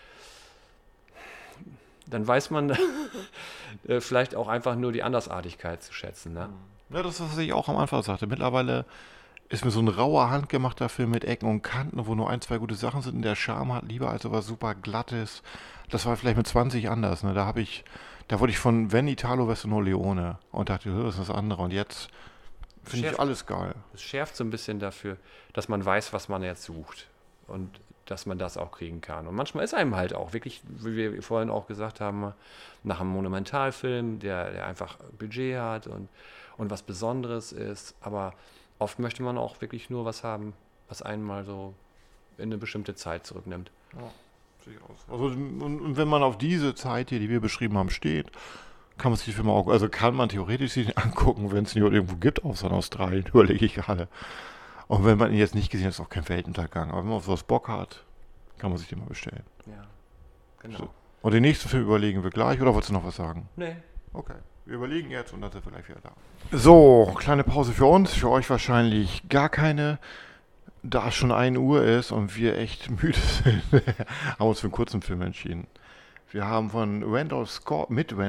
weiß man vielleicht auch einfach nur die Andersartigkeit zu schätzen. Ne? Ja, das ist, was ich auch am Anfang sagte. Mittlerweile ist mir so ein rauer, handgemachter Film mit Ecken und Kanten, wo nur 1, 2 gute Sachen sind und der Charme hat, lieber als sowas super Glattes. Das war vielleicht mit 20 anders. Ne? Da wurde ich von Wenn Italo Verso Leone und dachte, das ist das andere. Und jetzt finde ich alles geil. Es schärft so ein bisschen dafür, dass man weiß, was man jetzt sucht. Und dass man das auch kriegen kann. Und manchmal ist einem halt auch wirklich, wie wir vorhin auch gesagt haben, nach einem Monumentalfilm, der einfach Budget hat und was Besonderes ist. Aber oft möchte man auch wirklich nur was haben, was einen mal so in eine bestimmte Zeit zurücknimmt. Ja, sehe ich aus. Also, und wenn man auf diese Zeit hier, die wir beschrieben haben, steht, kann man sich die Filme auch, also kann man theoretisch sich angucken, wenn es ihn irgendwo gibt, außer in Australien, überlege ich gerade. Und wenn man ihn jetzt nicht gesehen hat, ist auch kein Weltuntergang. Aber wenn man auf sowas Bock hat, kann man sich den mal bestellen. Ja, genau. So. Und den nächsten Film überlegen wir gleich, oder wolltest du noch was sagen? Nee. Okay, wir überlegen jetzt und dann sind wir gleich wieder da. So, kleine Pause für uns, für euch wahrscheinlich gar keine. Da es schon 1 Uhr ist und wir echt müde sind, haben wir uns für einen kurzen Film entschieden. Wir haben von Randall Scott,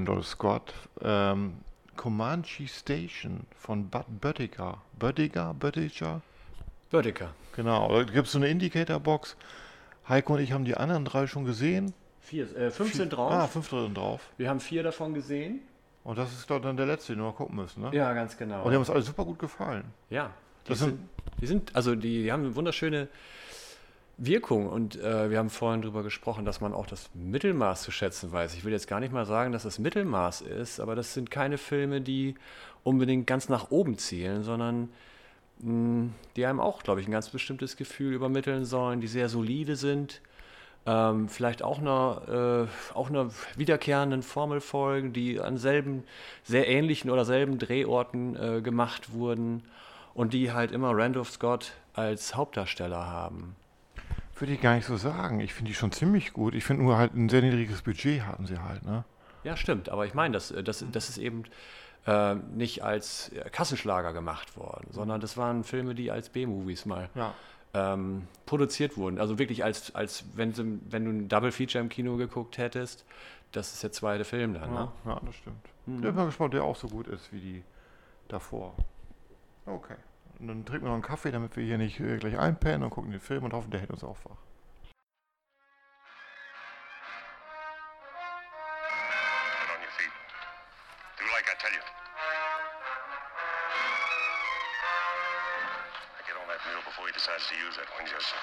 Comanche Station von Bud Böttiger. Böttiger? Böttiger. Genau, da gibt es so eine Indicator-Box. Heiko und ich haben die anderen 3 schon gesehen. 5 sind drauf. 5 drin drauf. Wir haben 4 davon gesehen. Und das ist, glaube ich, dann der letzte, den wir mal gucken müssen, ne? Ja, ganz genau. Und die haben uns alle super gut gefallen. Ja, Das die haben eine wunderschöne Wirkung und wir haben vorhin darüber gesprochen, dass man auch das Mittelmaß zu schätzen weiß. Ich will jetzt gar nicht mal sagen, dass das Mittelmaß ist, aber das sind keine Filme, die unbedingt ganz nach oben zielen, sondern die einem auch, glaube ich, ein ganz bestimmtes Gefühl übermitteln sollen, die sehr solide sind, vielleicht auch einer wiederkehrenden Formel folgen, die an selben, sehr ähnlichen oder selben Drehorten gemacht wurden und die halt immer Randolph Scott als Hauptdarsteller haben. Würde ich gar nicht so sagen. Ich finde die schon ziemlich gut. Ich finde nur halt ein sehr niedriges Budget hatten sie halt, ne? Ja, stimmt, aber ich meine, das ist eben nicht als Kassenschlager gemacht worden, sondern das waren Filme, die als B-Movies mal produziert wurden. Also wirklich als wenn du ein Double Feature im Kino geguckt hättest, das ist der zweite Film dann. Ne? Ja, das stimmt. Ich bin mal gespannt, ob der auch so gut ist wie die davor. Okay. Und dann trinken wir noch einen Kaffee, damit wir hier nicht gleich einpennen und gucken den Film und hoffen, der hält uns auch wach. Get on your feet. Do like I tell you. I get on that mule before he decides to use that Winchester.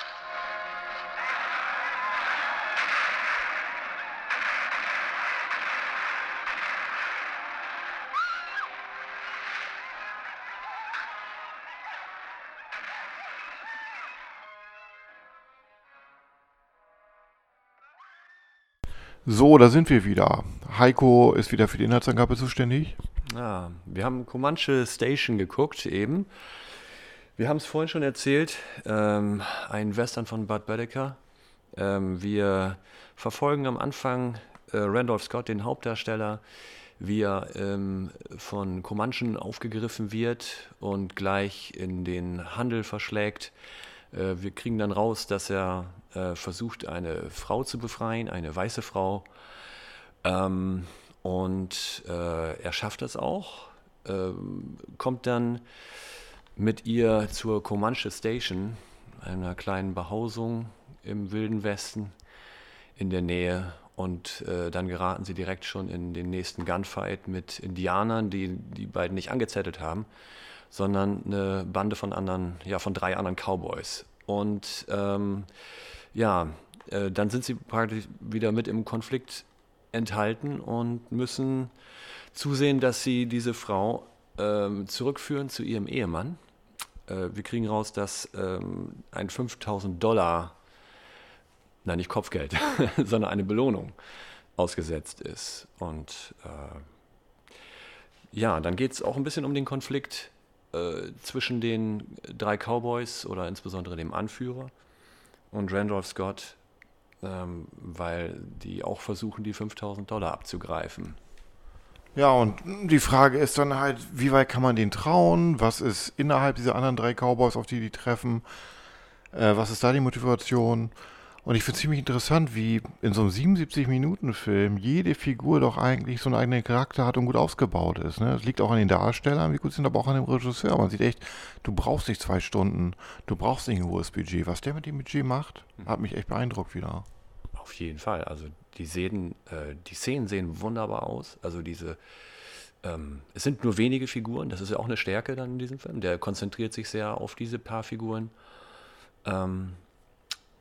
So, da sind wir wieder. Heiko ist wieder für die Inhaltsangabe zuständig. Ja, wir haben Comanche Station geguckt eben. Wir haben es vorhin schon erzählt, ein Western von Bud Böttiger. Wir verfolgen am Anfang Randolph Scott, den Hauptdarsteller, wie er von Comanchen aufgegriffen wird und gleich in den Handel verschlägt. Wir kriegen dann raus, dass er versucht, eine Frau zu befreien, eine weiße Frau. Und er schafft das auch, kommt dann mit ihr zur Comanche Station, einer kleinen Behausung im Wilden Westen in der Nähe. Und dann geraten sie direkt schon in den nächsten Gunfight mit Indianern, die beiden nicht angezettelt haben, sondern eine Bande von 3 anderen Cowboys. Und dann sind sie praktisch wieder mit im Konflikt enthalten und müssen zusehen, dass sie diese Frau zurückführen zu ihrem Ehemann. Wir kriegen raus, dass ein $5.000, nein, nicht Kopfgeld, sondern eine Belohnung ausgesetzt ist. Und dann geht es auch ein bisschen um den Konflikt zwischen den 3 Cowboys oder insbesondere dem Anführer und Randolph Scott, weil die auch versuchen, die $5.000 abzugreifen. Ja, und die Frage ist dann halt, wie weit kann man denen trauen? Was ist innerhalb dieser anderen 3 Cowboys, auf die treffen? Was ist da die Motivation? Und ich finde es ziemlich interessant, wie in so einem 77-Minuten-Film jede Figur doch eigentlich so einen eigenen Charakter hat und gut ausgebaut ist. Ne? Das liegt auch an den Darstellern, wie gut sind aber auch an dem Regisseur. Man sieht echt, du brauchst nicht 2 Stunden, du brauchst nicht ein hohes Budget. Was der mit dem Budget macht, hat mich echt beeindruckt wieder. Auf jeden Fall. Also die Szenen sehen wunderbar aus. Also es sind nur wenige Figuren, das ist ja auch eine Stärke dann in diesem Film. Der konzentriert sich sehr auf diese paar Figuren.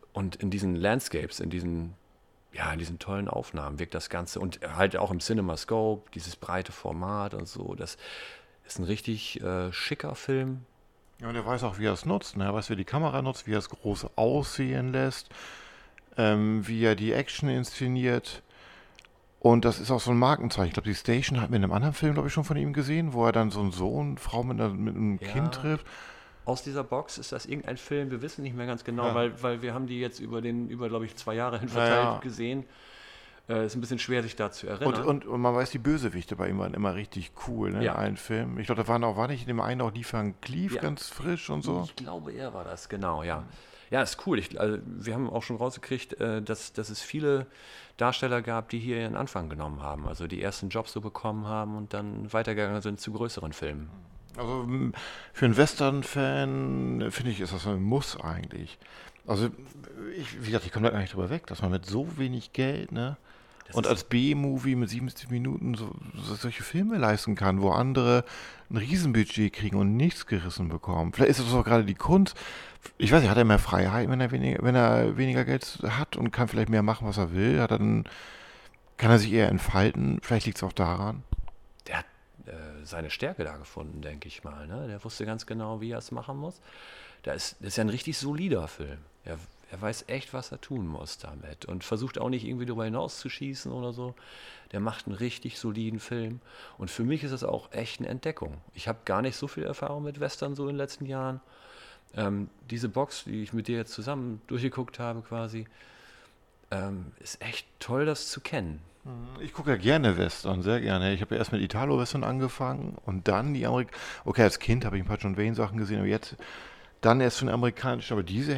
Und in diesen Landscapes, in diesen tollen Aufnahmen wirkt das Ganze und halt auch im CinemaScope, dieses breite Format und so, das ist ein richtig schicker Film. Ja, und er weiß auch, wie er es nutzt. Ne? Er weiß, wie er die Kamera nutzt, wie er es groß aussehen lässt, wie er die Action inszeniert. Und das ist auch so ein Markenzeichen. Ich glaube, die Station hat mir in einem anderen Film, glaube ich, schon von ihm gesehen, wo er dann so einen Sohn, Frau mit einem Ja. Kind trifft. Aus dieser Box ist das irgendein Film, wir wissen nicht mehr ganz genau, Ja. weil wir haben die jetzt über glaube ich, 2 Jahre hin verteilt Ja. gesehen. Ist ein bisschen schwer, sich da zu erinnern. Und man weiß, die Bösewichte bei ihm waren immer richtig cool, ne? Ja. In allen Filmen. Ich glaube, war nicht in dem einen auch Lee Van Cleef Ja. ganz frisch und so. Ich glaube, er war das, genau, ja. Ja, ist cool. Also, wir haben auch schon rausgekriegt, dass es viele Darsteller gab, die hier ihren Anfang genommen haben. Also die ersten Jobs so bekommen haben und dann weitergegangen sind zu größeren Filmen. Also für einen Western-Fan, finde ich, ist das ein Muss eigentlich. Also, wie gesagt, ich komme da gar nicht drüber weg, dass man mit so wenig Geld, ne? Und als B-Movie mit 70 Minuten solche Filme leisten kann, wo andere ein Riesenbudget kriegen und nichts gerissen bekommen. Vielleicht ist das auch gerade die Kunst. Ich weiß nicht, hat er mehr Freiheit, wenn er weniger Geld hat und kann vielleicht mehr machen, was er will? Kann er sich eher entfalten? Vielleicht liegt es auch daran. Der hat seine Stärke da gefunden, denke ich mal. Ne? Der wusste ganz genau, wie er es machen muss. Das ist ja ein richtig solider Film. Er weiß echt, was er tun muss damit und versucht auch nicht irgendwie darüber hinaus zu schießen oder so. Der macht einen richtig soliden Film. Und für mich ist das auch echt eine Entdeckung. Ich habe gar nicht so viel Erfahrung mit Western so in den letzten Jahren. Diese Box, die ich mit dir jetzt zusammen durchgeguckt habe quasi, ist echt toll, das zu kennen. Ich gucke ja gerne Western, sehr gerne. Ich habe ja erst mit Italo-Western angefangen und dann die Okay, als Kind habe ich ein paar John Wayne-Sachen gesehen, aber jetzt dann erst von den amerikanischen. Aber die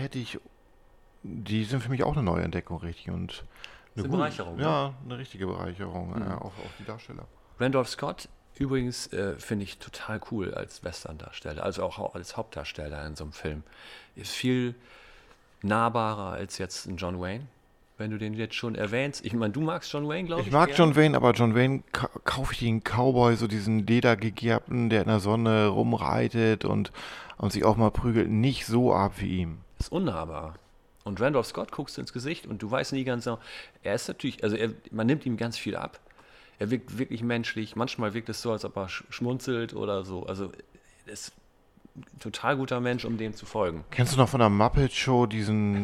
sind für mich auch eine neue Entdeckung, richtig. Und eine Bereicherung, ne? Ja, eine richtige Bereicherung, auch die Darsteller. Randolph Scott übrigens finde ich total cool als Western-Darsteller, also auch als Hauptdarsteller in so einem Film. Ist viel nahbarer als jetzt ein John Wayne, wenn du den jetzt schon erwähnst. Ich meine, du magst John Wayne, glaube ich. Ich mag gerne. John Wayne, aber John Wayne kaufe ich den Cowboy, so diesen Ledergegerbten, der in der Sonne rumreitet und sich auch mal prügelt, nicht so ab wie ihm. Ist unnahbar. Und Randolph Scott guckst du ins Gesicht und du weißt nie ganz genau, er ist natürlich, also man nimmt ihm ganz viel ab. Er wirkt wirklich menschlich. Manchmal wirkt es so, als ob er schmunzelt oder so. Also er ist ein total guter Mensch, um dem zu folgen. Kennst du noch von der Muppet Show diesen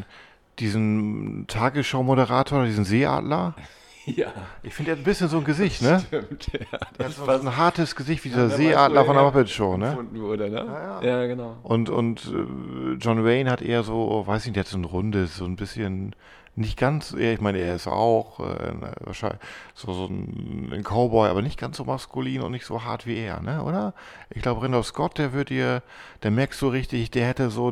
Tagesschau-Moderator, diesen Seeadler? Ja. Ich finde, er hat ein bisschen so ein Gesicht, ne? Stimmt, ja. Er hat so ein hartes Gesicht wie dieser wer Seeadler weiß, von der woher Muppet Show, ne? Gefunden wurde, ne? Ja. Ja, genau. Und John Wayne hat eher so, weiß nicht, der hat so ein rundes, so ein bisschen, nicht ganz, ich meine, er ist auch wahrscheinlich so ein Cowboy, aber nicht ganz so maskulin und nicht so hart wie er, ne? Oder? Ich glaube, Randolph Scott, der merkst du richtig, der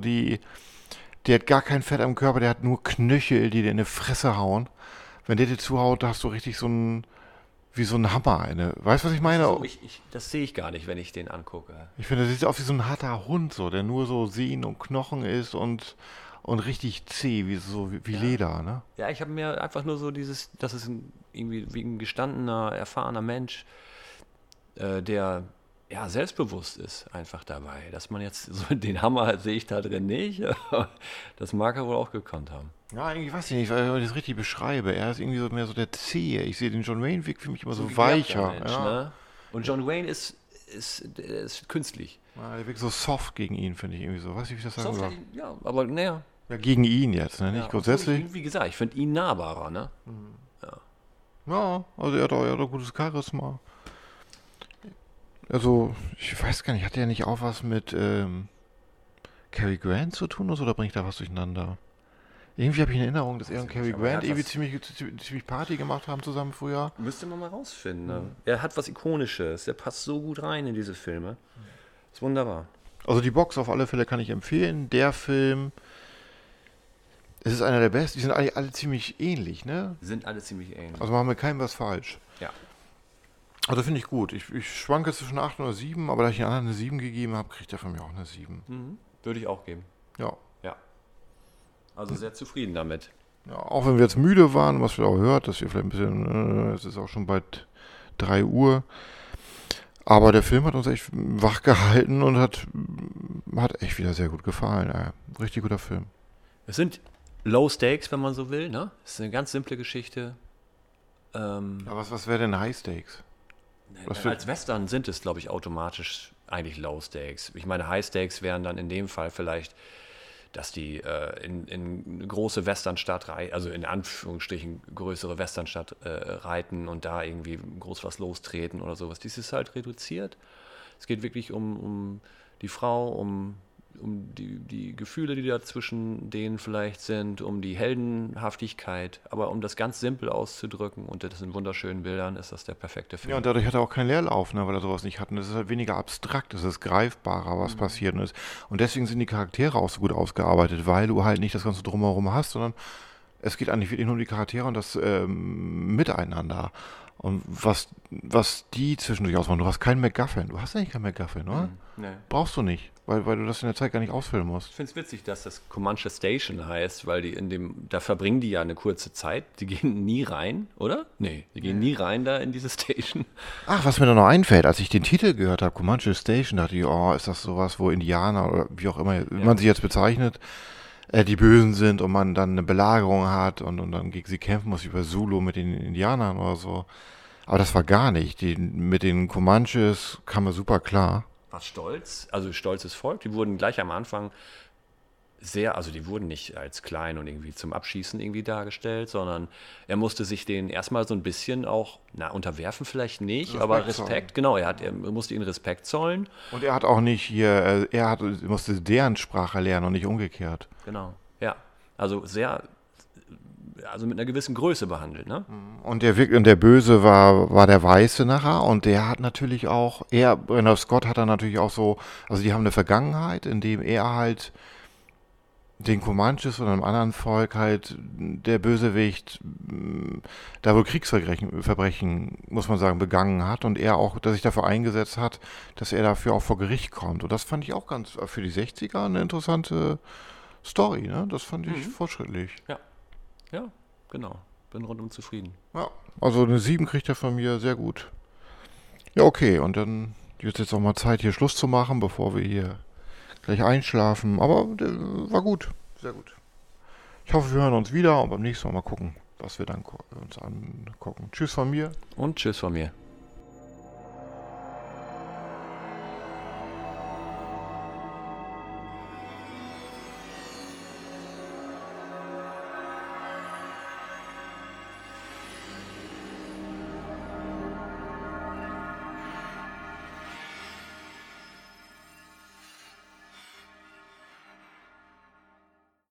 hat gar kein Fett am Körper, der hat nur Knöchel, die dir in die Fresse hauen. Wenn der dir zuhaut, da hast du richtig wie so ein Hammer. Weißt du, was ich meine? So, das sehe ich gar nicht, wenn ich den angucke. Ich finde, das sieht aus wie so ein harter Hund, so, der nur so Sehnen und Knochen ist und richtig zäh, wie Leder, ne? Ja, ich habe mir einfach nur so das ist irgendwie wie ein gestandener, erfahrener Mensch, der ja selbstbewusst ist einfach dabei. Dass man jetzt so den Hammer sehe ich da drin nicht. Das mag er wohl auch gekonnt haben. Ja, eigentlich weiß ich nicht, weil ich das richtig beschreibe. Er ist irgendwie so mehr so der Zähe. Ich sehe den John Wayne wirkt für mich immer so Ein geerbter weicher. Mensch, Ja. ne? Und John Wayne ist künstlich. Ja, der wirkt so soft gegen ihn, finde ich irgendwie so. Weiß nicht, wie ich das sagen soll. Ja, aber naja. Ja, gegen ihn jetzt, ne? Nicht Ja, grundsätzlich. Wie gesagt, ich finde ihn nahbarer, ne? Ja, also er hat auch gutes Charisma. Also, ich weiß gar nicht, hat der nicht auch was mit Cary Grant zu tun oder bringe ich da was durcheinander? Irgendwie habe ich eine Erinnerung, dass er und Cary aber er Grant hat irgendwie ziemlich Party gemacht haben zusammen früher. Müsste man mal rausfinden. Ne? Er hat was Ikonisches. Der passt so gut rein in diese Filme. Ist wunderbar. Also die Box auf alle Fälle kann ich empfehlen. Der Film, es ist einer der besten. Die sind eigentlich alle ziemlich ähnlich, ne? Sind alle ziemlich ähnlich. Also machen wir keinem was falsch. Ja. Also finde ich gut. Ich schwanke zwischen 8 oder 7, aber da ich den anderen eine 7 gegeben habe, kriegt er von mir auch eine 7. Würde ich auch geben. Ja. Ja. Also sehr zufrieden damit. Ja, auch wenn wir jetzt müde waren, was wir auch hört, dass wir vielleicht ein bisschen, es ist auch schon bald 3 Uhr. Aber der Film hat uns echt wach gehalten und hat echt wieder sehr gut gefallen. Richtig guter Film. Es sind Low Stakes, wenn man so will, ne? Das ist eine ganz simple Geschichte. Aber was wäre denn High Stakes? Als Western sind es, glaube ich, automatisch eigentlich Low Stakes. Ich meine, High Stakes wären dann in dem Fall vielleicht, dass die in eine große Westernstadt reiten, also in Anführungsstrichen größere Westernstadt reiten und da irgendwie groß was lostreten oder sowas. Dies ist halt reduziert. Es geht wirklich um die Frau, um die Gefühle, die da zwischen denen vielleicht sind, um die Heldenhaftigkeit, aber um das ganz simpel auszudrücken und das in wunderschönen Bildern ist das der perfekte Film. Ja, und dadurch hat er auch keinen Leerlauf, ne, weil er sowas nicht hat. Und es ist halt weniger abstrakt, es ist greifbarer, was passiert ist. Und deswegen sind die Charaktere auch so gut ausgearbeitet, weil du halt nicht das Ganze drumherum hast, sondern es geht eigentlich wirklich nur um die Charaktere und das Miteinander. Und was die zwischendurch ausmachen. Du hast keinen MacGuffin. Du hast eigentlich keinen MacGuffin, oder? Nee. Brauchst du nicht, weil du das in der Zeit gar nicht ausfüllen musst. Ich finde es witzig, dass das Comanche Station heißt, weil da verbringen die ja eine kurze Zeit. Die gehen nie rein, oder? Nee, die gehen nie rein da in diese Station. Ach, was mir da noch einfällt, als ich den Titel gehört habe, Comanche Station, dachte ich, oh, ist das sowas, wo Indianer oder wie auch immer man sie jetzt bezeichnet, die Bösen sind und man dann eine Belagerung hat und dann gegen sie kämpfen muss, wie bei Zulu mit den Indianern oder so. Aber das war gar nicht. Mit den Comanches kam er super klar. Was stolz, also stolzes Volk, die wurden gleich am Anfang also die wurden nicht als klein und irgendwie zum Abschießen irgendwie dargestellt, sondern er musste sich denen erstmal so ein bisschen auch, unterwerfen vielleicht nicht, aber Respekt, genau, er musste ihnen Respekt zollen. Und er hat auch nicht hier, musste deren Sprache lernen und nicht umgekehrt. Genau, ja, also mit einer gewissen Größe behandelt, ne? Und der Böse war der Weiße nachher und der hat natürlich auch, Brandon Scott hat dann natürlich auch so, also die haben eine Vergangenheit, in dem er halt den Comanches und einem anderen Volk halt der Bösewicht da wohl Kriegsverbrechen, muss man sagen, begangen hat und er auch, dass sich dafür eingesetzt hat, dass er dafür auch vor Gericht kommt. Und das fand ich auch ganz für die 60er eine interessante Story, ne? Das fand ich fortschrittlich. Ja, genau. Bin rundum zufrieden. Ja, also eine 7 kriegt er von mir, sehr gut. Ja, okay, und dann wird jetzt auch mal Zeit, hier Schluss zu machen, bevor wir hier gleich einschlafen. Aber war gut, sehr gut. Ich hoffe, wir hören uns wieder und beim nächsten Mal gucken, was wir dann uns angucken. Tschüss von mir. Und tschüss von mir.